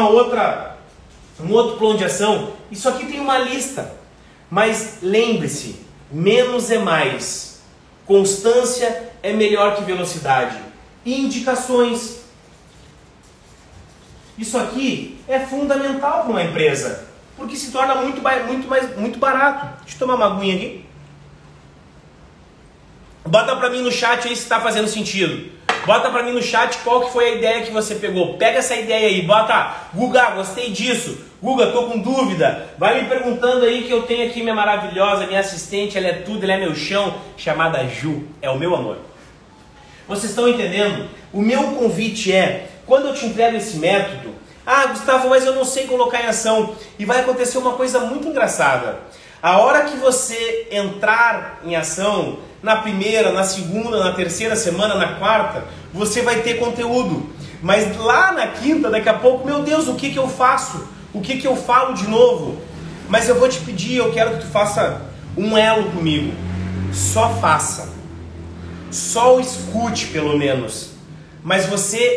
outro plano de ação? Isso aqui tem uma lista. Mas lembre-se, menos é mais. Constância é melhor que velocidade. Indicações. Isso aqui é fundamental para uma empresa, porque se torna muito barato. Deixa eu tomar uma aguinha aqui. Bota para mim no chat aí se está fazendo sentido. Bota para mim no chat qual que foi a ideia que você pegou. Pega essa ideia aí, bota, Guga, gostei disso. Guga, tô com dúvida. Vai me perguntando aí que eu tenho aqui minha maravilhosa, minha assistente, ela é tudo, ela é meu chão, chamada Ju, é o meu amor. Vocês estão entendendo? O meu convite é, quando eu te entrego esse método, Gustavo, mas eu não sei colocar em ação. E vai acontecer uma coisa muito engraçada. A hora que você entrar em ação, na primeira, na segunda, na terceira semana, na quarta, você vai ter conteúdo. Mas lá na quinta, daqui a pouco, meu Deus, o que que eu faço? O que que eu falo de novo? Mas eu vou te pedir, eu quero que tu faça um elo comigo. Só faça. Só escute, pelo menos. Mas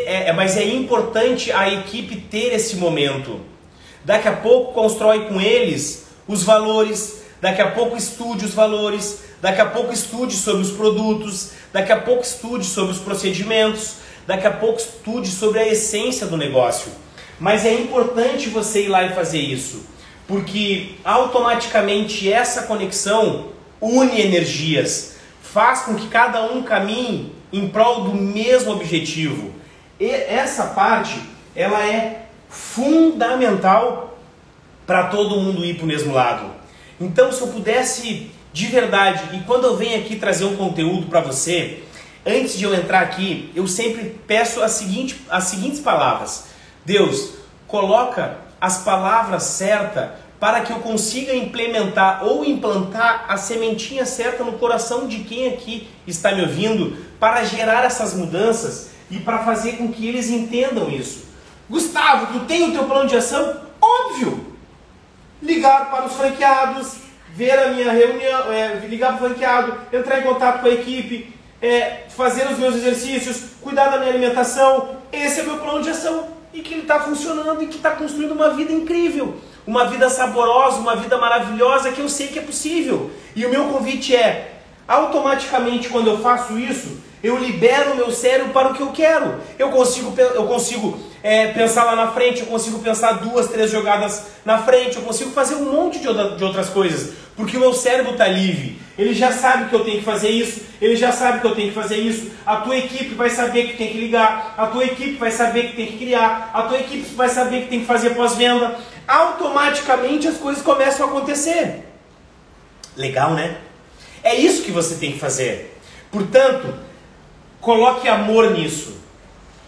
é importante a equipe ter esse momento. Daqui a pouco constrói com eles os valores, daqui a pouco estude os valores, daqui a pouco estude sobre os produtos, daqui a pouco estude sobre os procedimentos, daqui a pouco estude sobre a essência do negócio. Mas é importante você ir lá e fazer isso, porque automaticamente essa conexão une energias, faz com que cada um caminhe em prol do mesmo objetivo. E essa parte, ela é fundamental para todo mundo ir para o mesmo lado. Então, se eu pudesse de verdade, e quando eu venho aqui trazer um conteúdo para você, antes de eu entrar aqui, eu sempre peço as seguintes palavras. Deus, coloca as palavras certas para que eu consiga implementar ou implantar a sementinha certa no coração de quem aqui está me ouvindo, para gerar essas mudanças e para fazer com que eles entendam isso. Gustavo, tu tem o teu plano de ação? Óbvio! Ligar para os franqueados, ver a minha reunião, ligar para o franqueado, entrar em contato com a equipe, fazer os meus exercícios, cuidar da minha alimentação. Esse é o meu plano de ação e que ele está funcionando e que está construindo uma vida incrível, uma vida saborosa, uma vida maravilhosa que eu sei que é possível. E o meu convite é, automaticamente quando eu faço isso, eu libero o meu cérebro para o que eu quero. Eu consigo pensar lá na frente, eu consigo pensar 2, 3 jogadas na frente, eu consigo fazer um monte de outras coisas, porque o meu cérebro está livre. Ele já sabe que eu tenho que fazer isso, ele já sabe que eu tenho que fazer isso. A tua equipe vai saber que tem que ligar, a tua equipe vai saber que tem que criar, a tua equipe vai saber que tem que fazer pós-venda. Automaticamente as coisas começam a acontecer. Legal, né? É isso que você tem que fazer. Portanto, coloque amor nisso.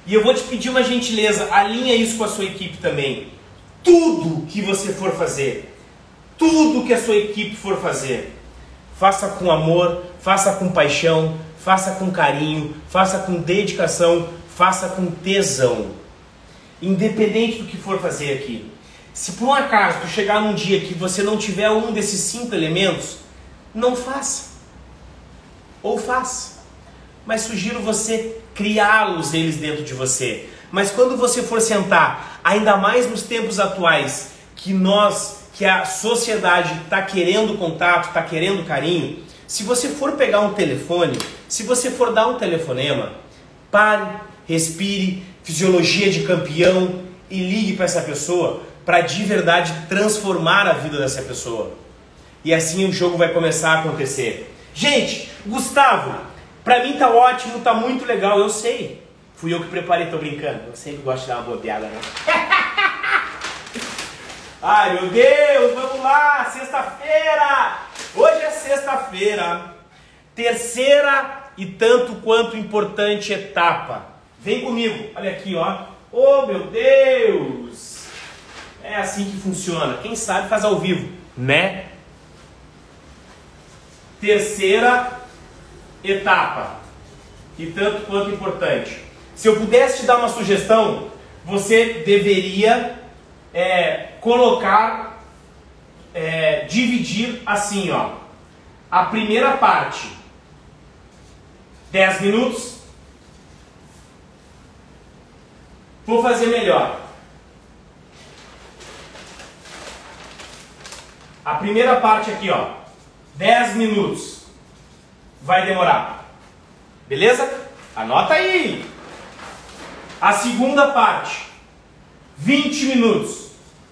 E eu vou te pedir uma gentileza, alinha isso com a sua equipe também. Tudo que você for fazer, tudo que a sua equipe for fazer, faça com amor, faça com paixão, faça com carinho, faça com dedicação, faça com tesão. Independente do que for fazer aqui. Se por um acaso tu chegar num dia que você não tiver um desses 5 elementos, não faça. Ou faça. Mas sugiro você criá-los eles dentro de você. Mas quando você for sentar, ainda mais nos tempos atuais, que a sociedade está querendo contato, está querendo carinho, se você for pegar um telefone, se você for dar um telefonema, pare, respire, fisiologia de campeão e ligue para essa pessoa para de verdade transformar a vida dessa pessoa. E assim o jogo vai começar a acontecer. Gente, Gustavo, pra mim tá ótimo, tá muito legal, eu sei. Fui eu que preparei, tô brincando. Eu sempre gosto de dar uma bobeada, né? Ai, meu Deus, vamos lá, sexta-feira! Hoje é sexta-feira. Terceira e tanto quanto importante etapa. Vem comigo, olha aqui, ó. Oh, meu Deus! É assim que funciona. Quem sabe faz ao vivo, né? Terceira etapa, e tanto quanto importante. Se eu pudesse te dar uma sugestão, você deveria dividir assim, ó. A primeira parte, 10 minutos. Vou fazer melhor. A primeira parte aqui, ó, 10 minutos. Vai demorar. Beleza? Anota aí. A segunda parte, 20 minutos.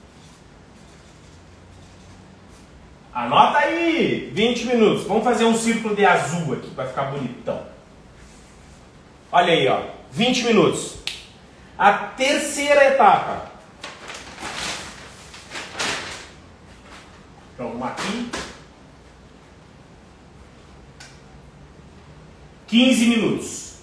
Anota aí. 20 minutos. Vamos fazer um círculo de azul aqui para ficar bonitão. Olha aí, ó. 20 minutos. A terceira etapa. Então, vamos aqui. 15 minutos.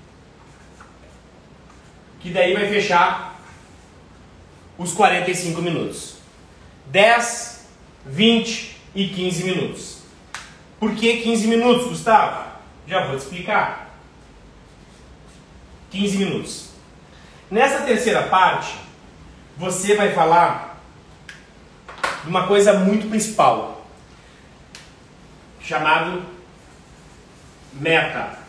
Que daí vai fechar os 45 minutos. 10, 20 e 15 minutos. Por que 15 minutos, Gustavo? Já vou te explicar. 15 minutos. Nessa terceira parte, você vai falar de uma coisa muito principal, chamado meta.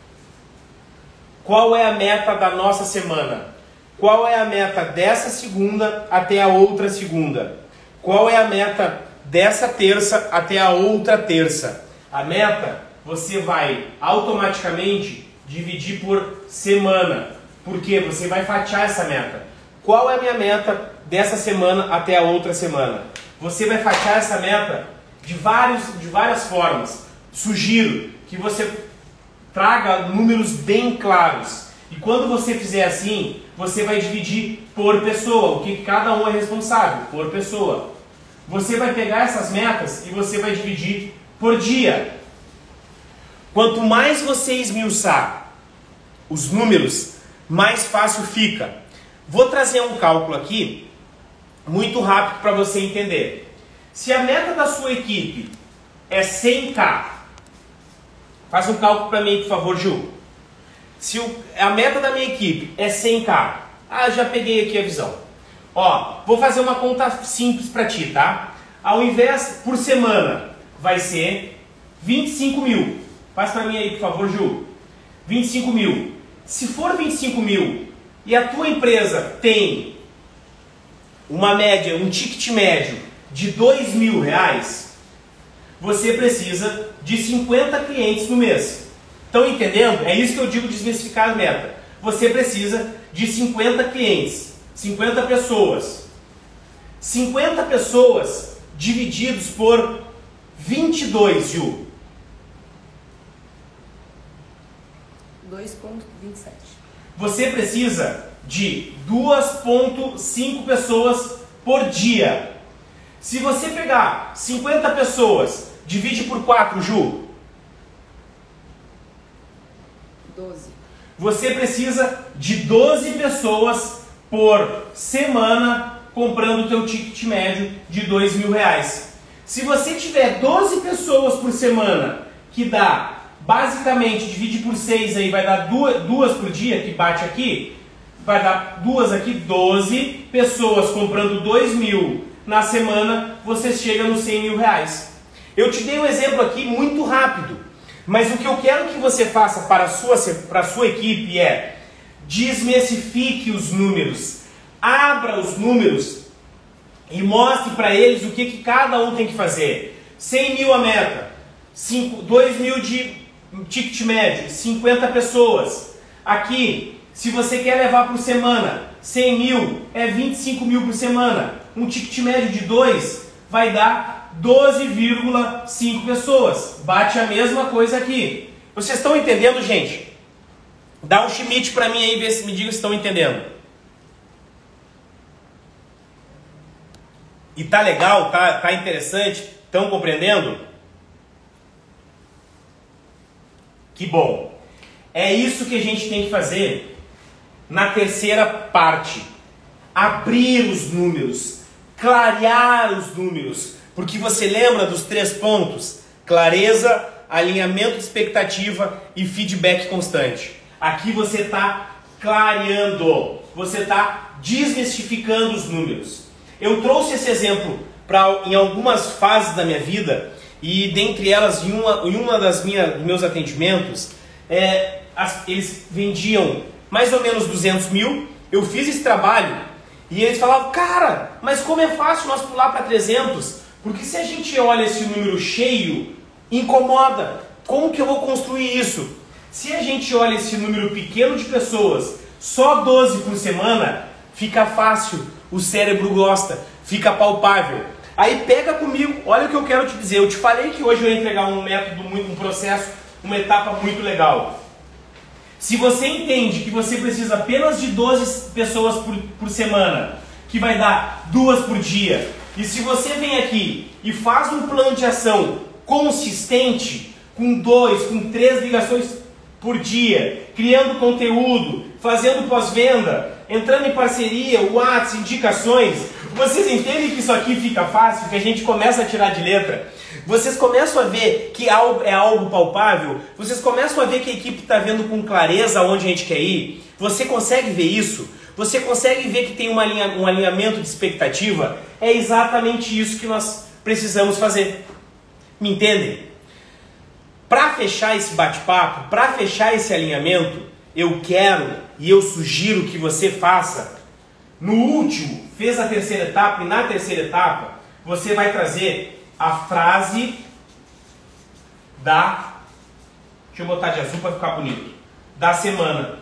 Qual é a meta da nossa semana? Qual é a meta dessa segunda até a outra segunda? Qual é a meta dessa terça até a outra terça? A meta você vai automaticamente dividir por semana. Por quê? Você vai fatiar essa meta. Qual é a minha meta dessa semana até a outra semana? Você vai fatiar essa meta de várias formas. Sugiro que você traga números bem claros. E quando você fizer assim, você vai dividir por pessoa, o que cada um é responsável, por pessoa. Você vai pegar essas metas e você vai dividir por dia. Quanto mais você esmiuçar os números, mais fácil fica. Vou trazer um cálculo aqui, muito rápido para você entender. Se a meta da sua equipe é 100k, faz um cálculo para mim, por favor, Ju. Se a meta da minha equipe é 100k, já peguei aqui a visão. Ó, vou fazer uma conta simples para ti, tá? Ao invés, por semana, vai ser 25 mil. Faz para mim aí, por favor, Ju. 25 mil. Se for 25 mil e a tua empresa tem uma média, um ticket médio de R$2.000, você precisa de 50 clientes no mês. Estão entendendo? É isso que eu digo de especificar a meta. Você precisa de 50 clientes, 50 pessoas. 50 pessoas divididos por 22, Ju. 2,27. Você precisa de 2,5 pessoas por dia. Se você pegar 50 pessoas, divide por 4, Ju. 12. Você precisa de 12 pessoas por semana comprando o teu ticket médio de R$2.000. Se você tiver 12 pessoas por semana, que dá, basicamente, divide por 6 aí, vai dar duas por dia, que bate aqui, vai dar 2 aqui, 12 pessoas comprando 2.000 na semana, você chega nos R$100.000. Eu te dei um exemplo aqui muito rápido, mas o que eu quero que você faça para a sua equipe é desmistifique os números, abra os números e mostre para eles o que cada um tem que fazer. 100.000 a meta, 2.000 de ticket médio, 50 pessoas. Aqui, se você quer levar por semana 100.000, é 25.000 por semana. Um ticket médio de 2 vai dar 12,5 pessoas. Bate a mesma coisa aqui. Vocês estão entendendo, gente? Dá um Schmidt para mim aí, me diga se estão entendendo. E tá legal? Tá interessante? Estão compreendendo? Que bom. É isso que a gente tem que fazer na terceira parte. Abrir os números, clarear os números. Porque você lembra dos 3 pontos? Clareza, alinhamento de expectativa e feedback constante. Aqui você está clareando, você está desmistificando os números. Eu trouxe esse exemplo em algumas fases da minha vida e dentre elas, em uma dos meus atendimentos, eles vendiam mais ou menos 200.000, eu fiz esse trabalho e eles falavam, cara, mas como é fácil nós pular para 300? Porque se a gente olha esse número cheio, incomoda. Como que eu vou construir isso? Se a gente olha esse número pequeno de pessoas, só 12 por semana, fica fácil, o cérebro gosta, fica palpável. Aí pega comigo, olha o que eu quero te dizer. Eu te falei que hoje eu ia entregar um método, um processo, uma etapa muito legal. Se você entende que você precisa apenas de 12 pessoas por semana, que vai dar 2 por dia, e se você vem aqui e faz um plano de ação consistente, com 2, com 3 ligações por dia, criando conteúdo, fazendo pós-venda, entrando em parceria, WhatsApp, indicações, vocês entendem que isso aqui fica fácil, que a gente começa a tirar de letra? Vocês começam a ver que é algo palpável? Vocês começam a ver que a equipe está vendo com clareza onde a gente quer ir? Você consegue ver isso? Você consegue ver que tem um alinhamento de expectativa? É exatamente isso que nós precisamos fazer. Me entendem? Para fechar esse bate-papo, para fechar esse alinhamento, eu quero e eu sugiro que você faça. No último, fez a terceira etapa e na terceira etapa, você vai trazer a frase da... Deixa eu botar de azul para ficar bonito. Da semana.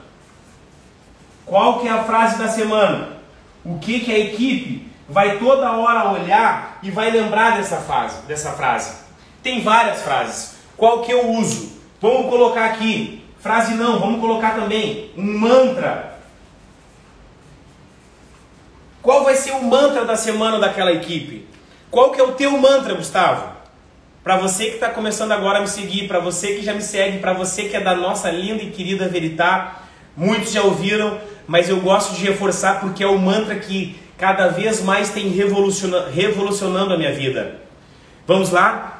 Qual que é a frase da semana? O que a equipe vai toda hora olhar e vai lembrar dessa frase? Tem várias frases. Qual que eu uso? Vamos colocar aqui. Frase não, vamos colocar também um mantra. Qual vai ser o mantra da semana daquela equipe? Qual que é o teu mantra, Gustavo? Para você que está começando agora a me seguir, para você que já me segue, para você que é da nossa linda e querida Veritá, muitos já ouviram, mas eu gosto de reforçar porque é o mantra que cada vez mais tem revolucionando a minha vida. Vamos lá?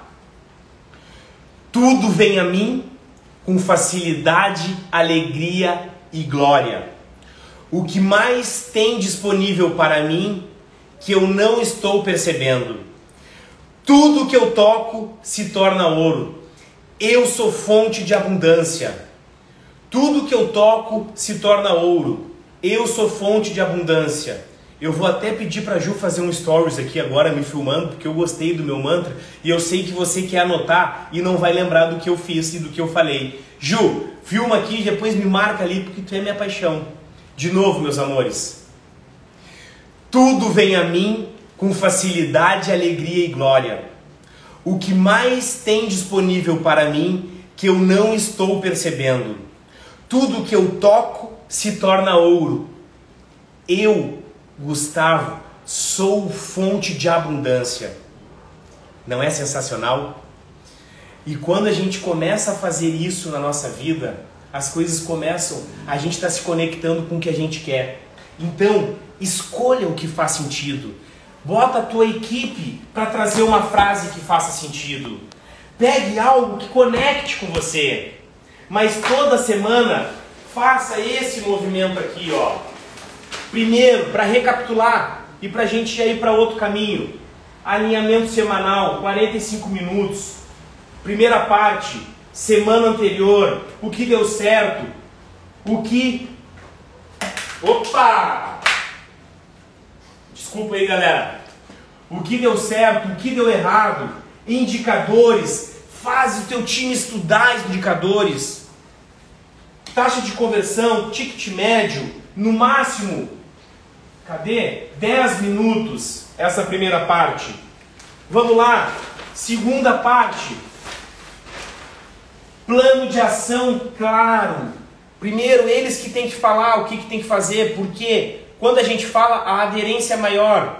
Tudo vem a mim com facilidade, alegria e glória. O que mais tem disponível para mim que eu não estou percebendo. Tudo que eu toco se torna ouro. Eu sou fonte de abundância. Tudo que eu toco se torna ouro. Eu sou fonte de abundância. Eu vou até pedir para a Ju fazer um stories aqui agora, me filmando, porque eu gostei do meu mantra e eu sei que você quer anotar e não vai lembrar do que eu fiz e do que eu falei. Ju, filma aqui e depois me marca ali, porque tu é minha paixão. De novo, meus amores. Tudo vem a mim com facilidade, alegria e glória. O que mais tem disponível para mim que eu não estou percebendo. Tudo que eu toco se torna ouro. Eu, Gustavo, sou fonte de abundância. Não é sensacional? E quando a gente começa a fazer isso na nossa vida, as coisas começam, a gente está se conectando com o que a gente quer. Então, escolha o que faz sentido. Bota a tua equipe para trazer uma frase que faça sentido. Pegue algo que conecte com você. Mas toda semana, faça esse movimento aqui, ó. Primeiro, para recapitular e para a gente já ir para outro caminho. Alinhamento semanal, 45 minutos. Primeira parte, semana anterior, o que deu certo, o que... Opa! Desculpa aí, galera. O que deu certo, o que deu errado, indicadores, faz o teu time estudar indicadores. Taxa de conversão, ticket médio, no máximo, cadê? 10 minutos, essa primeira parte. Vamos lá, segunda parte. Plano de ação claro. Primeiro, eles que têm que falar o que tem que fazer, porque quando a gente fala, a aderência é maior.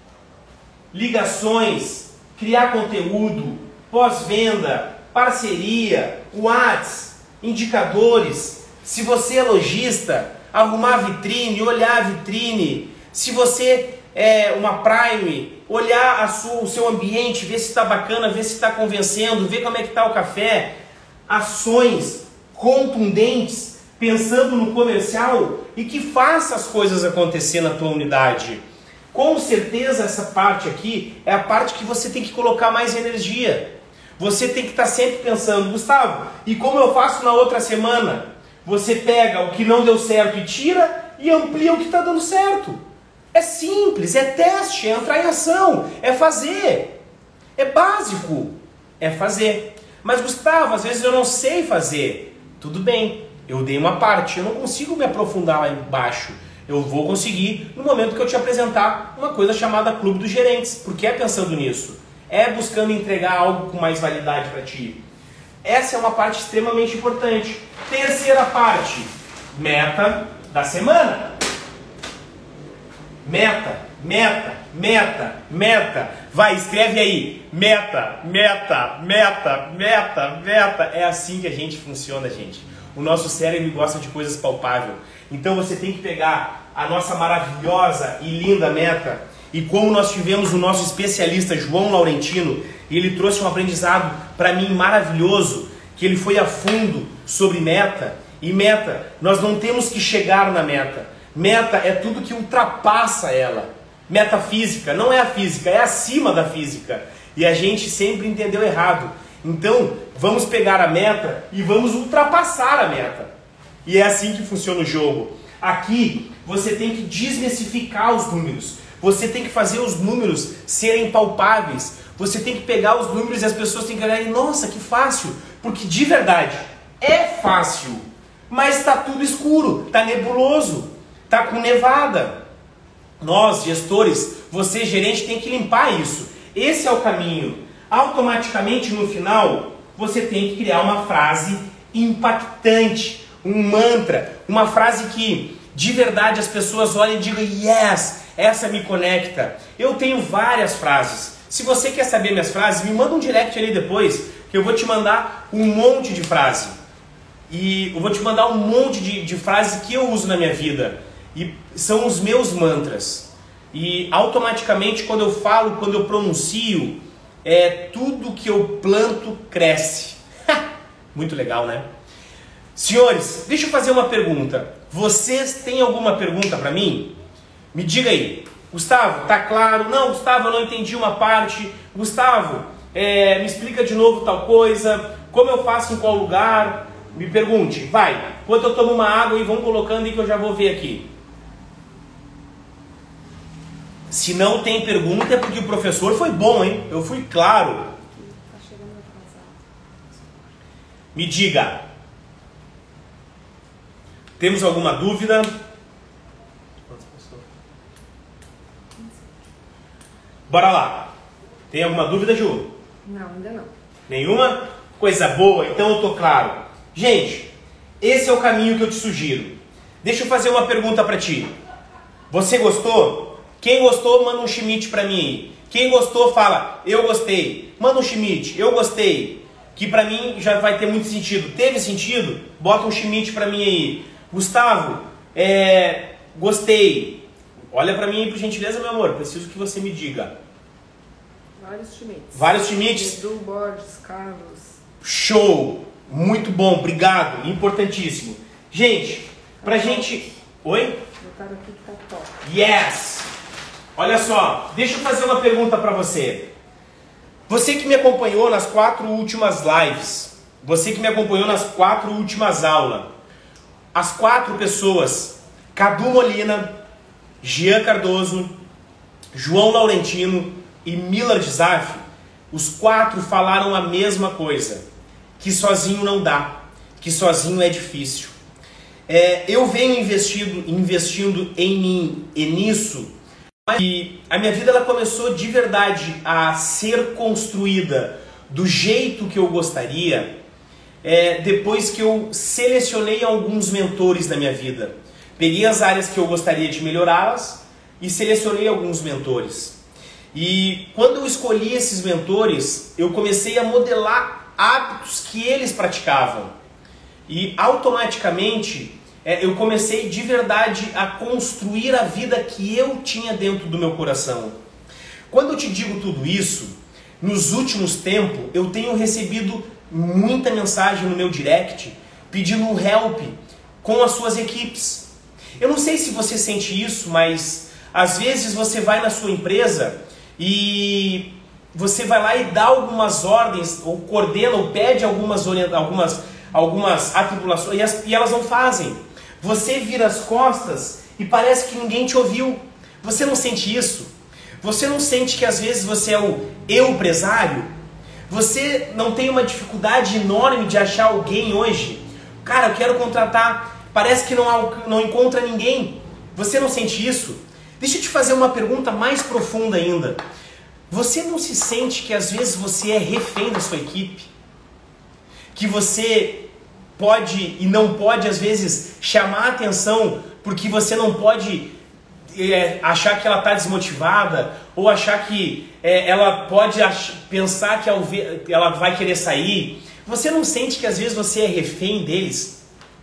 Ligações, criar conteúdo, pós-venda, parceria, WhatsApp, indicadores. Se você é lojista, arrumar a vitrine, olhar a vitrine. Se você é uma Prime, olhar o seu ambiente, ver se está bacana, ver se está convencendo, ver como é que está o café. Ações contundentes, pensando no comercial e que faça as coisas acontecer na tua unidade. Com certeza essa parte aqui é a parte que você tem que colocar mais energia. Você tem que estar sempre pensando, Gustavo, e como eu faço na outra semana? Você pega o que não deu certo e tira e amplia o que está dando certo. É simples, é teste, é entrar em ação, é fazer. É básico, é fazer. Mas Gustavo, às vezes eu não sei fazer. Tudo bem, eu dei uma parte, eu não consigo me aprofundar lá embaixo. Eu vou conseguir no momento que eu te apresentar uma coisa chamada Clube dos Gerentes. Porque é pensando nisso. É buscando entregar algo com mais validade para ti. Essa é uma parte extremamente importante. Terceira parte, meta da semana. Meta, meta, meta, meta. Vai, escreve aí. Meta, meta, meta, meta, meta. É assim que a gente funciona, gente. O nosso cérebro gosta de coisas palpáveis. Então você tem que pegar a nossa maravilhosa e linda meta. E como nós tivemos o nosso especialista João Laurentino, e ele trouxe um aprendizado para mim maravilhoso, que ele foi a fundo sobre meta. E meta, nós não temos que chegar na meta. Meta é tudo que ultrapassa ela. Metafísica não é a física, é acima da física. E a gente sempre entendeu errado. Então, vamos pegar a meta e vamos ultrapassar a meta. E é assim que funciona o jogo. Aqui, você tem que desmistificar os números. Você tem que fazer os números serem palpáveis. Você tem que pegar os números e as pessoas têm que olhar e, nossa, que fácil. Porque de verdade, é fácil. Mas está tudo escuro, está nebuloso, está com nevada. Nós, gestores, você, gerente, tem que limpar isso. Esse é o caminho. Automaticamente, no final, você tem que criar uma frase impactante, um mantra, uma frase que, de verdade, as pessoas olhem e digam, yes, essa me conecta. Eu tenho várias frases. Se você quer saber minhas frases, me manda um direct ali depois, que eu vou te mandar um monte de frase. E eu vou te mandar um monte de frases que eu uso na minha vida. E são os meus mantras. E automaticamente, quando eu falo, quando eu pronuncio, tudo que eu planto cresce. Muito legal, né? Senhores, deixa eu fazer uma pergunta. Vocês têm alguma pergunta para mim? Me diga aí. Gustavo, tá claro? Não, Gustavo, eu não entendi uma parte. Gustavo, me explica de novo tal coisa. Como eu faço em qual lugar? Me pergunte. Vai, enquanto eu tomo uma água e vão colocando aí que eu já vou ver aqui. Se não tem pergunta é porque o professor foi bom, hein? Eu fui claro. Me diga. Temos alguma dúvida? Bora lá. Tem alguma dúvida, Ju? Não, ainda não. Nenhuma? Coisa boa, então eu tô claro. Gente, esse é o caminho que eu te sugiro. Deixa eu fazer uma pergunta pra ti. Você gostou? Quem gostou, manda um Schmidt pra mim. Quem gostou, fala, eu gostei. Manda um Schmidt, eu gostei. que pra mim já vai ter muito sentido. Teve sentido? Bota um Schmidt pra mim aí. Gustavo, gostei. Olha pra mim aí, por gentileza, meu amor. Preciso que você me diga. Vários Schmitts. Vários Schmitts? Edu, Borges, Carlos. Show! Muito bom, obrigado. Importantíssimo. Gente, pra gente... Oi? Botaram aqui que tá top. Yes! Olha só, deixa eu fazer uma pergunta pra você. Você que me acompanhou nas 4 últimas lives, você que me acompanhou nas 4 últimas aulas, as 4 pessoas, Cadu Molina, Jean Cardoso, João Laurentino e Millard Zaf, os 4 falaram a mesma coisa, que sozinho não dá, que sozinho é difícil. Eu venho investindo em mim e nisso, e a minha vida ela começou de verdade a ser construída do jeito que eu gostaria, depois que eu selecionei alguns mentores na minha vida. Peguei as áreas que eu gostaria de melhorá-las e selecionei alguns mentores. E quando eu escolhi esses mentores, eu comecei a modelar hábitos que eles praticavam. E automaticamente eu comecei de verdade a construir a vida que eu tinha dentro do meu coração. Quando eu te digo tudo isso, nos últimos tempos eu tenho recebido muita mensagem no meu direct pedindo um help com as suas equipes. Eu não sei se você sente isso, mas às vezes você vai na sua empresa e você vai lá e dá algumas ordens, ou coordena, ou pede algumas atribulações e elas não fazem. Você vira as costas e parece que ninguém te ouviu. Você não sente isso? Você não sente que às vezes você é o empresário? Você não tem uma dificuldade enorme de achar alguém hoje? Cara, eu quero contratar, parece que não encontra ninguém. Você não sente isso? Deixa eu te fazer uma pergunta mais profunda ainda. Você não se sente que às vezes você é refém da sua equipe? Que você pode e não pode às vezes chamar a atenção porque você não pode achar que ela está desmotivada ou achar que ela pode pensar que ela vai querer sair. Você não sente que às vezes você é refém deles?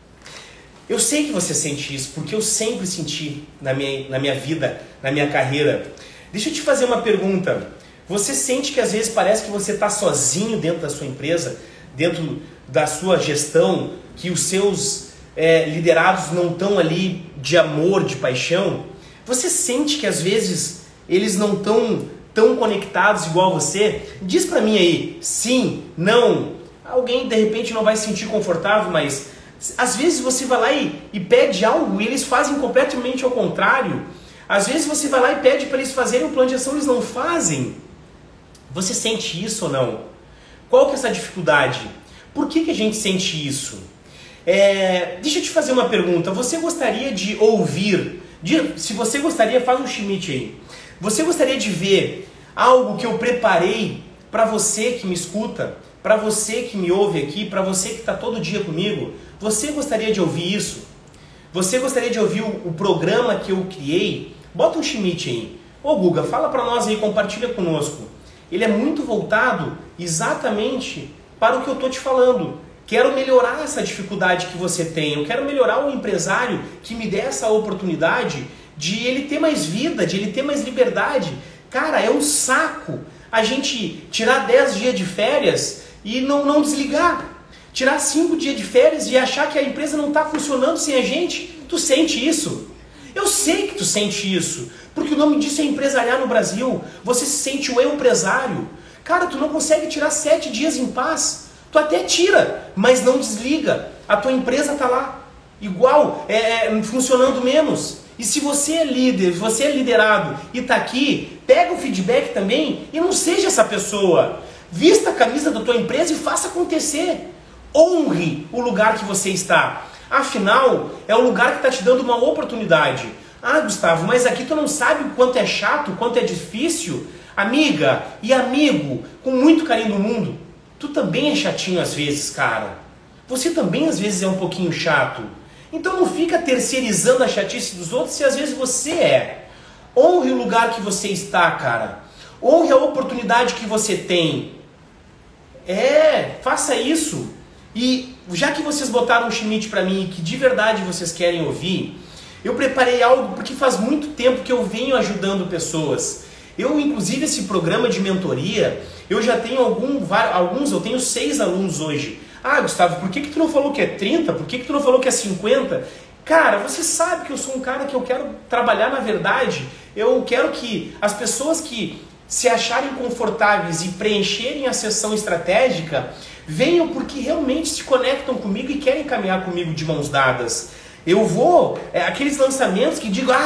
Eu sei que você sente isso, porque eu sempre senti na minha vida, na minha carreira. Deixa eu te fazer uma pergunta. Você sente que às vezes parece que você está sozinho dentro da sua empresa, dentro da sua gestão, que os seus liderados não estão ali de amor, de paixão? Você sente que às vezes eles não estão tão conectados igual você? Diz pra mim aí, sim, não. Alguém de repente não vai se sentir confortável, mas às vezes você vai lá e pede algo e eles fazem completamente ao contrário. Às vezes você vai lá e pede para eles fazerem um plano de ação e eles não fazem. Você sente isso ou não? Qual que é essa dificuldade? Por que a gente sente isso? Deixa eu te fazer uma pergunta. Você gostaria de ouvir? Se você gostaria, faz um Schmidt aí. Você gostaria de ver algo que eu preparei para você que me escuta, para você que me ouve aqui, para você que está todo dia comigo? Você gostaria de ouvir isso? Você gostaria de ouvir o programa que eu criei? Bota um Schmidt aí. Ô Guga, fala para nós aí, compartilha conosco. Ele é muito voltado exatamente para o que eu estou te falando. Quero melhorar essa dificuldade que você tem. Eu quero melhorar o empresário que me dê essa oportunidade de ele ter mais vida, de ele ter mais liberdade. Cara, é um saco a gente tirar 10 dias de férias e não desligar. Tirar 5 dias de férias e achar que a empresa não está funcionando sem a gente. Tu sente isso? Eu sei que tu sente isso, porque o nome disso é empresariar no Brasil. Você se sente o empresário. Cara, tu não consegue tirar 7 dias em paz. Tu até tira, mas não desliga. A tua empresa está lá, igual, funcionando menos. E se você é líder, se você é liderado e está aqui, pega o feedback também e não seja essa pessoa. Vista a camisa da tua empresa e faça acontecer. Honre o lugar que você está. Afinal, é o lugar que está te dando uma oportunidade. Ah, Gustavo, mas aqui tu não sabe o quanto é chato, o quanto é difícil. Amiga e amigo, com muito carinho do mundo, tu também é chatinho às vezes, cara. Você também às vezes é um pouquinho chato. Então não fica terceirizando a chatice dos outros se às vezes você é. Honre o lugar que você está, cara. Honre a oportunidade que você tem. Faça isso. E já que vocês botaram um Schmidt para mim, que de verdade vocês querem ouvir, eu preparei algo porque faz muito tempo que eu venho ajudando pessoas. Eu, inclusive, esse programa de mentoria, eu já tenho eu tenho 6 alunos hoje. Ah, Gustavo, por que tu não falou que é 30? Por que tu não falou que é 50? Cara, você sabe que eu sou um cara que eu quero trabalhar na verdade. Eu quero que as pessoas que se acharem confortáveis e preencherem a sessão estratégica venham porque realmente se conectam comigo e querem caminhar comigo de mãos dadas. Eu vou, aqueles lançamentos que digo,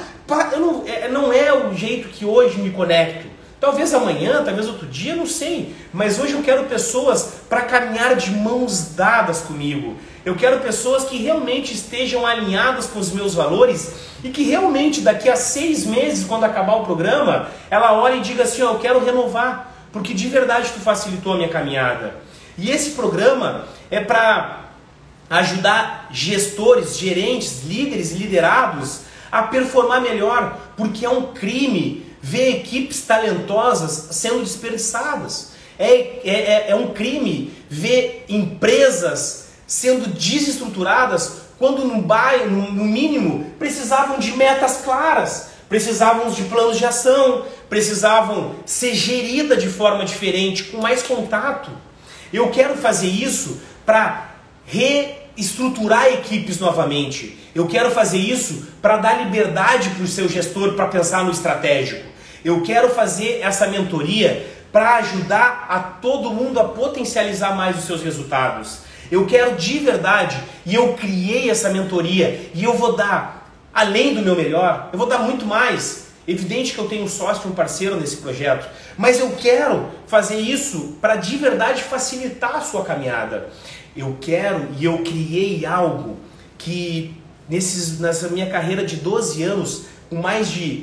não é o jeito que hoje me conecto. Talvez amanhã, talvez outro dia, não sei. Mas hoje eu quero pessoas para caminhar de mãos dadas comigo. Eu quero pessoas que realmente estejam alinhadas com os meus valores e que realmente daqui a 6 meses, quando acabar o programa, ela olhe e diga assim, eu quero renovar, porque de verdade tu facilitou a minha caminhada. E esse programa é para ajudar gestores, gerentes, líderes e liderados a performar melhor, porque é um crime ver equipes talentosas sendo desperdiçadas. É um crime ver empresas sendo desestruturadas quando no mínimo precisavam de metas claras, precisavam de planos de ação, precisavam ser gerida de forma diferente, com mais contato. Eu quero fazer isso para reestruturar equipes novamente. Eu quero fazer isso para dar liberdade para o seu gestor para pensar no estratégico. Eu quero fazer essa mentoria para ajudar a todo mundo a potencializar mais os seus resultados. Eu quero de verdade, e eu criei essa mentoria, e eu vou dar, além do meu melhor, eu vou dar muito mais. Evidente que eu tenho um sócio, um parceiro nesse projeto, mas eu quero fazer isso para de verdade facilitar a sua caminhada. Eu quero e eu criei algo que nessa minha carreira de 12 anos, com mais de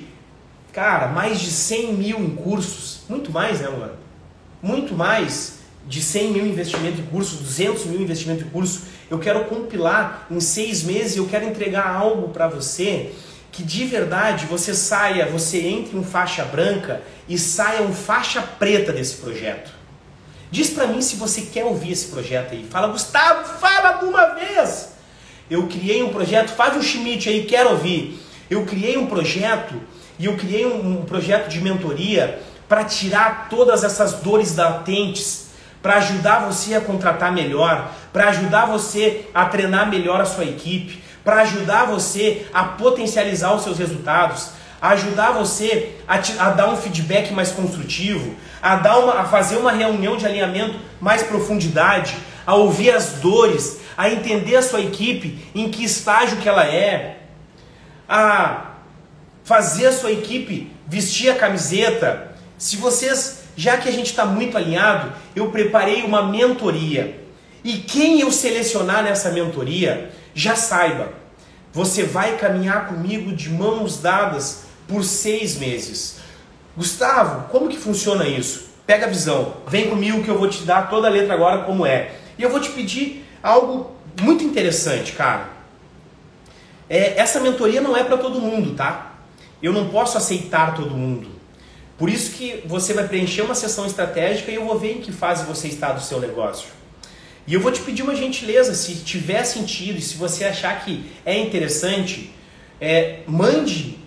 100 mil em cursos, muito mais, né, mano? Muito mais de 100 mil investimento em curso, 200 mil investimento em curso, eu quero compilar em 6 meses, eu quero entregar algo para você que de verdade você entre um faixa branca e saia um faixa preta desse projeto. Diz para mim se você quer ouvir esse projeto aí. Fala, Gustavo, fala de uma vez! Eu criei um projeto, faz um Schmidt aí, quero ouvir. Eu criei um projeto e eu criei um projeto de mentoria para tirar todas essas dores latentes, para ajudar você a contratar melhor, para ajudar você a treinar melhor a sua equipe, para ajudar você a potencializar os seus resultados, a ajudar você a dar um feedback mais construtivo, a fazer uma reunião de alinhamento mais profundidade, a ouvir as dores, a entender a sua equipe, em que estágio que ela é, a fazer a sua equipe vestir a camiseta. Já que a gente está muito alinhado, eu preparei uma mentoria. E quem eu selecionar nessa mentoria, já saiba, você vai caminhar comigo de mãos dadas por 6 meses. Gustavo, como que funciona isso? Pega a visão, vem comigo que eu vou te dar toda a letra agora como é. E eu vou te pedir algo muito interessante, cara. Essa mentoria não é para todo mundo, tá? Eu não posso aceitar todo mundo. Por isso que você vai preencher uma sessão estratégica e eu vou ver em que fase você está do seu negócio. E eu vou te pedir uma gentileza, se tiver sentido e se você achar que é interessante, mande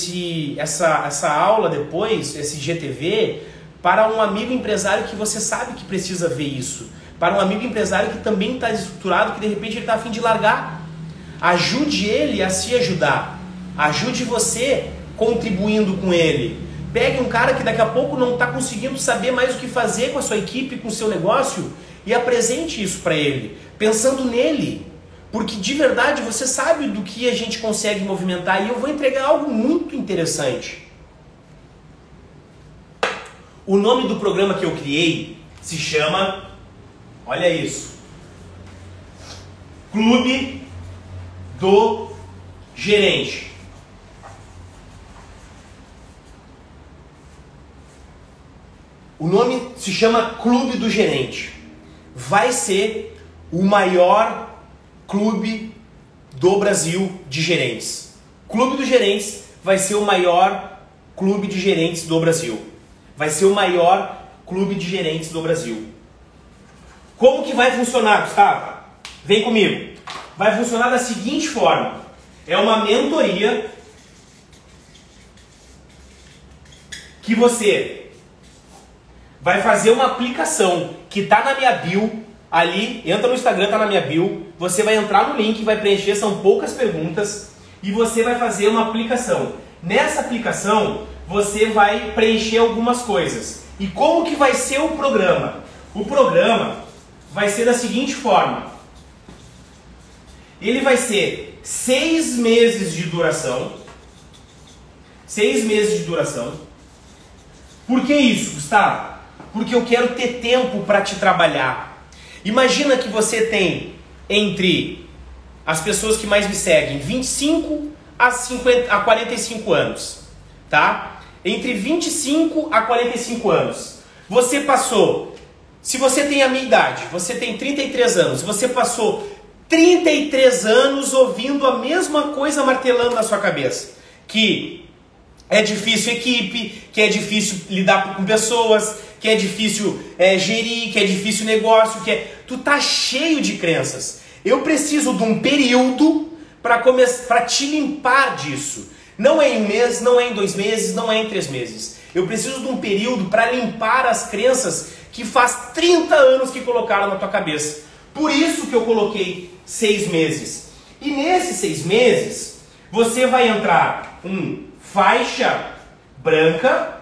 essa aula depois, esse GTV, para um amigo empresário que você sabe que precisa ver isso. Para um amigo empresário que também está estruturado, que de repente ele está a fim de largar. Ajude ele a se ajudar. Ajude você contribuindo com ele. Pegue um cara que daqui a pouco não está conseguindo saber mais o que fazer com a sua equipe, com o seu negócio, e apresente isso para ele, pensando nele. Porque de verdade você sabe do que a gente consegue movimentar, e eu vou entregar algo muito interessante. O nome do programa que eu criei se chama, olha isso, Clube do Gerente. O nome se chama Clube do Gerente. Vai ser o maior clube do Brasil de gerentes. Clube dos Gerentes vai ser o maior clube de gerentes do Brasil. Vai ser o maior clube de gerentes do Brasil. Como que vai funcionar, Gustavo? Vem comigo. Vai funcionar da seguinte forma. É uma mentoria que você vai fazer uma aplicação que está na minha bio, ali, entra no Instagram, está na minha bio, você vai entrar no link, vai preencher, são poucas perguntas, e você vai fazer uma aplicação. Nessa aplicação, você vai preencher algumas coisas. E como que vai ser o programa? O programa vai ser da seguinte forma. Ele vai ser 6 meses de duração. 6 meses de duração. Por que isso, Gustavo? Porque eu quero ter tempo para te trabalhar. Imagina que você tem entre as pessoas que mais me seguem 25 a 45 anos, tá? Entre 25 a 45 anos. Você passou, se você tem a minha idade, você tem 33 anos, você passou 33 anos ouvindo a mesma coisa martelando na sua cabeça. Que é difícil equipe, que é difícil lidar com pessoas, que é difícil gerir, que é difícil negócio, Tu tá cheio de crenças. Eu preciso de um período para te limpar disso. Não é em um mês, não é em 2 meses, não é em 3 meses. Eu preciso de um período para limpar as crenças que faz 30 anos que colocaram na tua cabeça. Por isso que eu coloquei 6 meses. E nesses 6 meses, você vai entrar faixa branca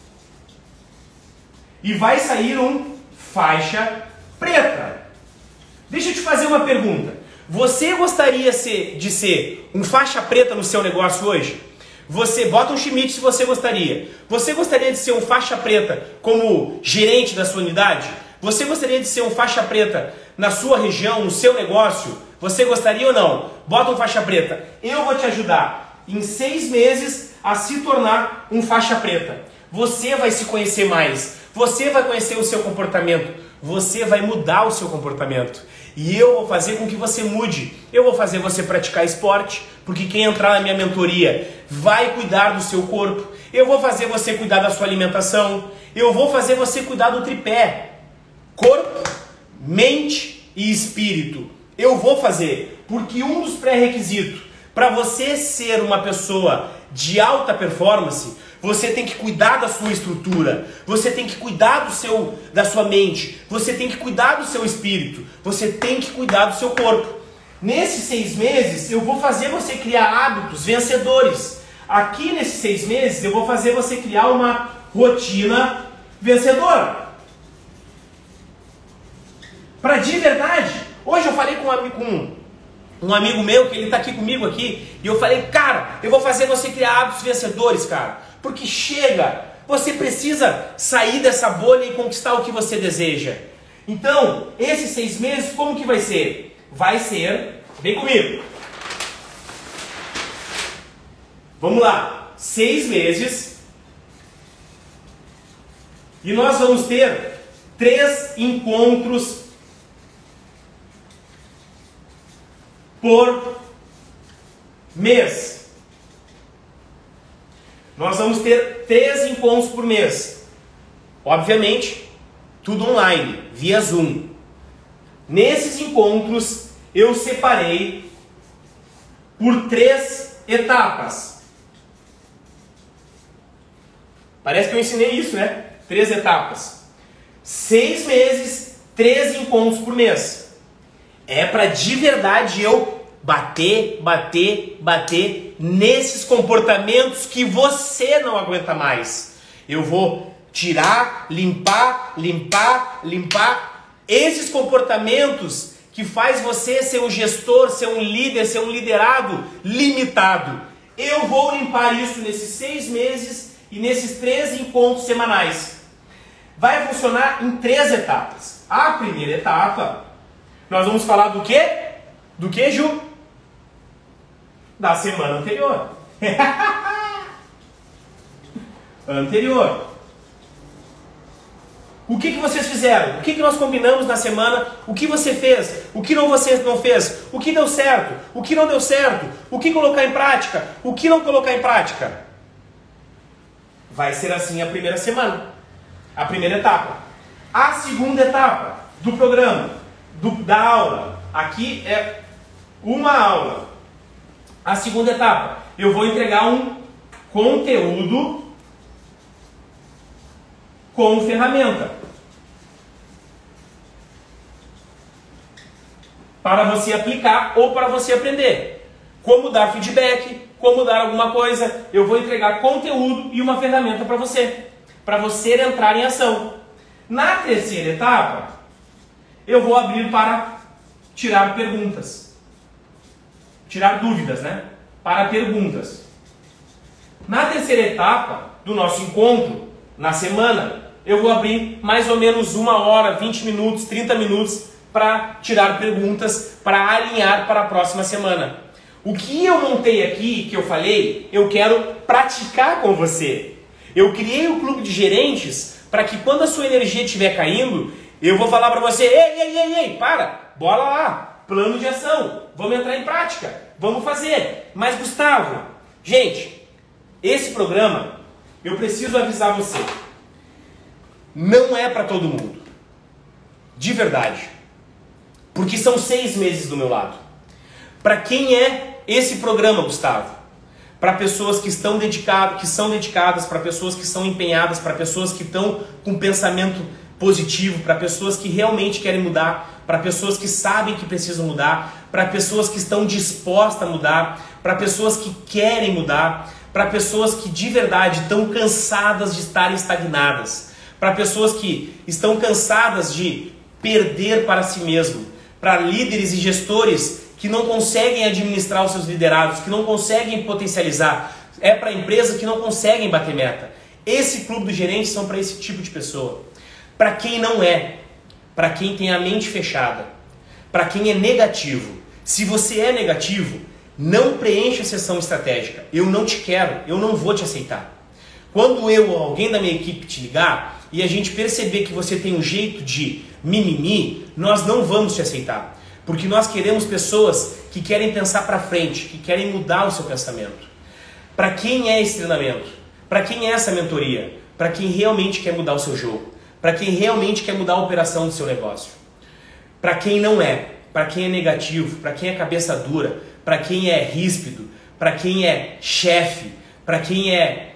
e vai sair faixa preta. Deixa eu te fazer uma pergunta. Você gostaria de ser faixa preta no seu negócio hoje? Você bota Schmidt se você gostaria. Você gostaria de ser faixa preta como gerente da sua unidade? Você gostaria de ser faixa preta na sua região, no seu negócio? Você gostaria ou não? Bota faixa preta. Eu vou te ajudar em 6 meses a se tornar faixa preta. Você vai se conhecer mais. Você vai conhecer o seu comportamento. Você vai mudar o seu comportamento. E eu vou fazer com que você mude. Eu vou fazer você praticar esporte, porque quem entrar na minha mentoria vai cuidar do seu corpo. Eu vou fazer você cuidar da sua alimentação. Eu vou fazer você cuidar do tripé. Corpo, mente e espírito. Eu vou fazer, porque um dos pré-requisitos para você ser uma pessoa de alta performance, você tem que cuidar da sua estrutura, você tem que cuidar da sua mente, você tem que cuidar do seu espírito, você tem que cuidar do seu corpo. Nesses 6 meses, eu vou fazer você criar hábitos vencedores. Aqui nesses 6 meses, eu vou fazer você criar uma rotina vencedora. Para de verdade. Hoje eu falei com um amigo meu, que ele está aqui comigo aqui, e eu falei, cara, eu vou fazer você criar hábitos vencedores, cara. Porque chega, você precisa sair dessa bolha e conquistar o que você deseja. Então, esses 6 meses, como que vai ser? Vai ser, vem comigo. Vamos lá, 6 meses. E nós vamos ter 3 encontros por mês. Nós vamos ter 3 encontros por mês. Obviamente, tudo online, via Zoom. Nesses encontros, eu separei por 3 etapas. Parece que eu ensinei isso, né? 3 etapas. 6 meses, 3 encontros por mês. É para de verdade eu bater nesses comportamentos que você não aguenta mais. Eu vou tirar, limpar esses comportamentos que faz você ser um gestor, ser um líder, ser um liderado limitado. Eu vou limpar isso nesses 6 meses e nesses 3 encontros semanais. Vai funcionar em 3 etapas. A primeira etapa, nós vamos falar do quê? Do que, Ju? Da semana anterior. O que vocês fizeram? O que nós combinamos na semana? O que você fez? O que você não fez? O que deu certo? O que não deu certo? O que colocar em prática? O que não colocar em prática? Vai ser assim a primeira semana. A primeira etapa. A segunda etapa do programa, da aula. Aqui é uma aula. A segunda etapa, eu vou entregar um conteúdo com ferramenta para você aplicar ou para você aprender. Como dar feedback, como dar alguma coisa. Eu vou entregar conteúdo e uma ferramenta para você entrar em ação. Na terceira etapa, eu vou abrir para tirar perguntas. Tirar dúvidas, né? Para perguntas. Na terceira etapa do nosso encontro, na semana, eu vou abrir mais ou menos 1 hora, 20 minutos, 30 minutos para tirar perguntas, para alinhar para a próxima semana. O que eu montei aqui, que eu falei, eu quero praticar com você. Eu criei o clube de gerentes para que quando a sua energia estiver caindo, eu vou falar para você, ei, para, bora lá, plano de ação, vamos entrar em prática, vamos fazer. Mas Gustavo, gente, esse programa, eu preciso avisar você, não é para todo mundo, de verdade, porque são 6 meses do meu lado. Para quem é esse programa, Gustavo? Para pessoas que estão dedicadas, que são dedicadas, para pessoas que são empenhadas, para pessoas que estão com pensamento positivo, para pessoas que realmente querem mudar, para pessoas que sabem que precisam mudar, para pessoas que estão dispostas a mudar, para pessoas que querem mudar, para pessoas que de verdade estão cansadas de estarem estagnadas, para pessoas que estão cansadas de perder para si mesmo, para líderes e gestores que não conseguem administrar os seus liderados, que não conseguem potencializar, é para empresas que não conseguem bater meta. Esse clube dos gerentes são para esse tipo de pessoa. Para quem não é, para quem tem a mente fechada, para quem é negativo. Se você é negativo, não preencha a sessão estratégica. Eu não te quero, eu não vou te aceitar. Quando eu ou alguém da minha equipe te ligar e a gente perceber que você tem um jeito de mimimi, nós não vamos te aceitar. Porque nós queremos pessoas que querem pensar para frente, que querem mudar o seu pensamento. Para quem é esse treinamento? Para quem é essa mentoria? Para quem realmente quer mudar o seu jogo. Para quem realmente quer mudar a operação do seu negócio. Para quem não é, para quem é negativo, para quem é cabeça dura, para quem é ríspido, para quem é chefe, para quem é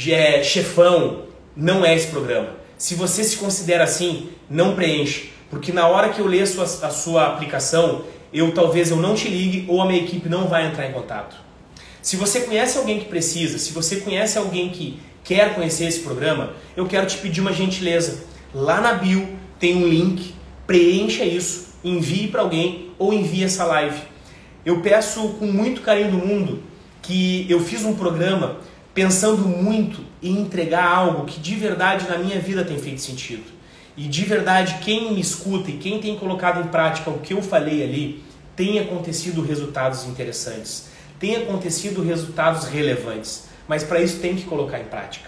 chefão, não é esse programa. Se você se considera assim, não preenche. Porque na hora que eu ler a sua aplicação, talvez eu não te ligue ou a minha equipe não vai entrar em contato. Se você conhece alguém que precisa, se você conhece alguém que quer conhecer esse programa, eu quero te pedir uma gentileza. Lá na bio tem um link, preencha isso, envie para alguém ou envie essa live. Eu peço com muito carinho do mundo que eu fiz um programa pensando muito em entregar algo que de verdade na minha vida tem feito sentido. E de verdade, quem me escuta e quem tem colocado em prática o que eu falei ali, tem acontecido resultados interessantes, tem acontecido resultados relevantes, mas para isso tem que colocar em prática.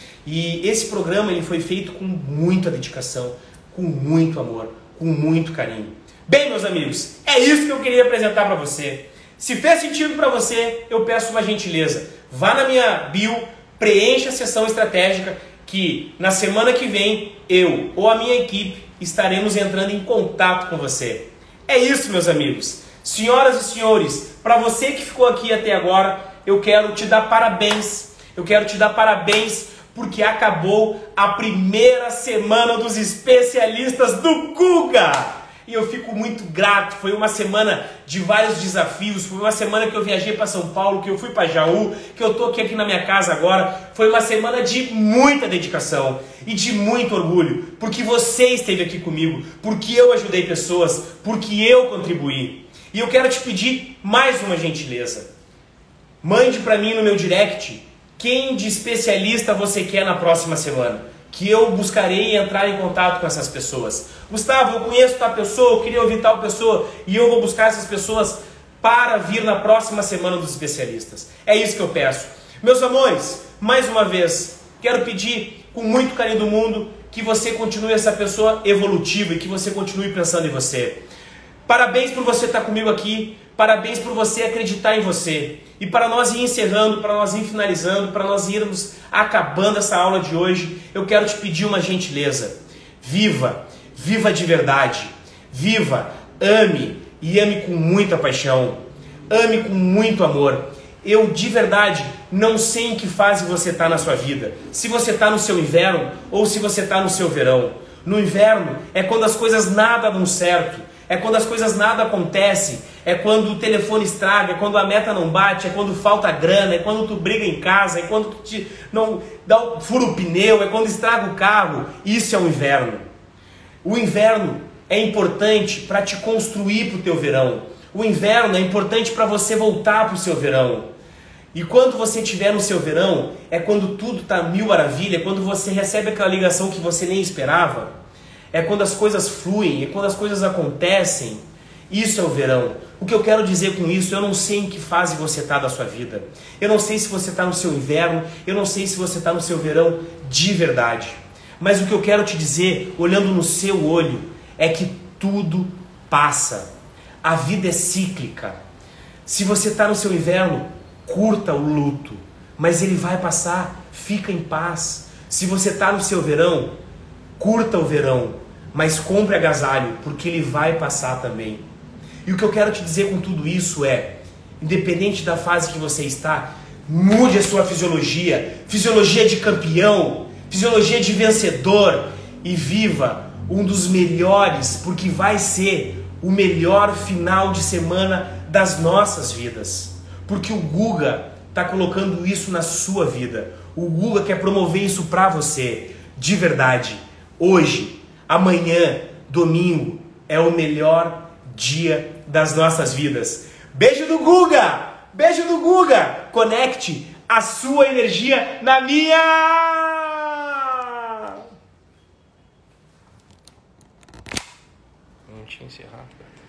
E esse programa ele foi feito com muita dedicação, com muito amor, com muito carinho. Bem, meus amigos, é isso que eu queria apresentar para você. Se fez sentido para você, eu peço uma gentileza. Vá na minha bio, preencha a sessão estratégica, que na semana que vem eu ou a minha equipe estaremos entrando em contato com você. É isso, meus amigos. Senhoras e senhores, para você que ficou aqui até agora, eu quero te dar parabéns. Eu quero te dar parabéns porque acabou a primeira semana dos especialistas do Guga. E eu fico muito grato, foi uma semana de vários desafios, foi uma semana que eu viajei para São Paulo, que eu fui para Jaú, que eu estou aqui na minha casa agora. Foi uma semana de muita dedicação e de muito orgulho, porque você esteve aqui comigo, porque eu ajudei pessoas, porque eu contribuí. E eu quero te pedir mais uma gentileza. Mande para mim no meu direct quem de especialista você quer na próxima semana, que eu buscarei entrar em contato com essas pessoas. Gustavo, eu conheço tal pessoa, eu queria ouvir tal pessoa, e eu vou buscar essas pessoas para vir na próxima semana dos especialistas. É isso que eu peço. Meus amores, mais uma vez, quero pedir com muito carinho do mundo que você continue essa pessoa evolutiva e que você continue pensando em você. Parabéns por você estar comigo aqui, parabéns por você acreditar em você. E para nós ir encerrando, para nós ir finalizando, para nós irmos acabando essa aula de hoje, eu quero te pedir uma gentileza. Viva Viva de verdade. Viva, ame e ame com muita paixão. Ame com muito amor. Eu de verdade não sei em que fase você está na sua vida. Se você está no seu inverno ou se você está no seu verão. No inverno é quando as coisas nada dão certo. É quando as coisas nada acontecem. É quando o telefone estraga, é quando a meta não bate, é quando falta grana, é quando tu briga em casa, é quando tu não fura o pneu, é quando estraga o carro. Isso é o inverno. O inverno é importante para te construir para o teu verão. O inverno é importante para você voltar para o seu verão. E quando você estiver no seu verão, é quando tudo está mil maravilha, é quando você recebe aquela ligação que você nem esperava. É quando as coisas fluem, é quando as coisas acontecem. Isso é o verão. O que eu quero dizer com isso, eu não sei em que fase você está da sua vida. Eu não sei se você está no seu inverno, eu não sei se você está no seu verão de verdade. Mas o que eu quero te dizer, olhando no seu olho, é que tudo passa. A vida é cíclica. Se você está no seu inverno, curta o luto, mas ele vai passar, fica em paz. Se você está no seu verão, curta o verão, mas compre agasalho, porque ele vai passar também. E o que eu quero te dizer com tudo isso é, independente da fase que você está, mude a sua fisiologia, fisiologia de campeão, fisiologia de vencedor, e viva um dos melhores, porque vai ser o melhor final de semana das nossas vidas. Porque o Guga está colocando isso na sua vida. O Guga quer promover isso para você. De verdade. Hoje, amanhã, domingo, é o melhor dia das nossas vidas. Beijo do Guga! Beijo do Guga! Conecte a sua energia na minha! Não tinha encerrado.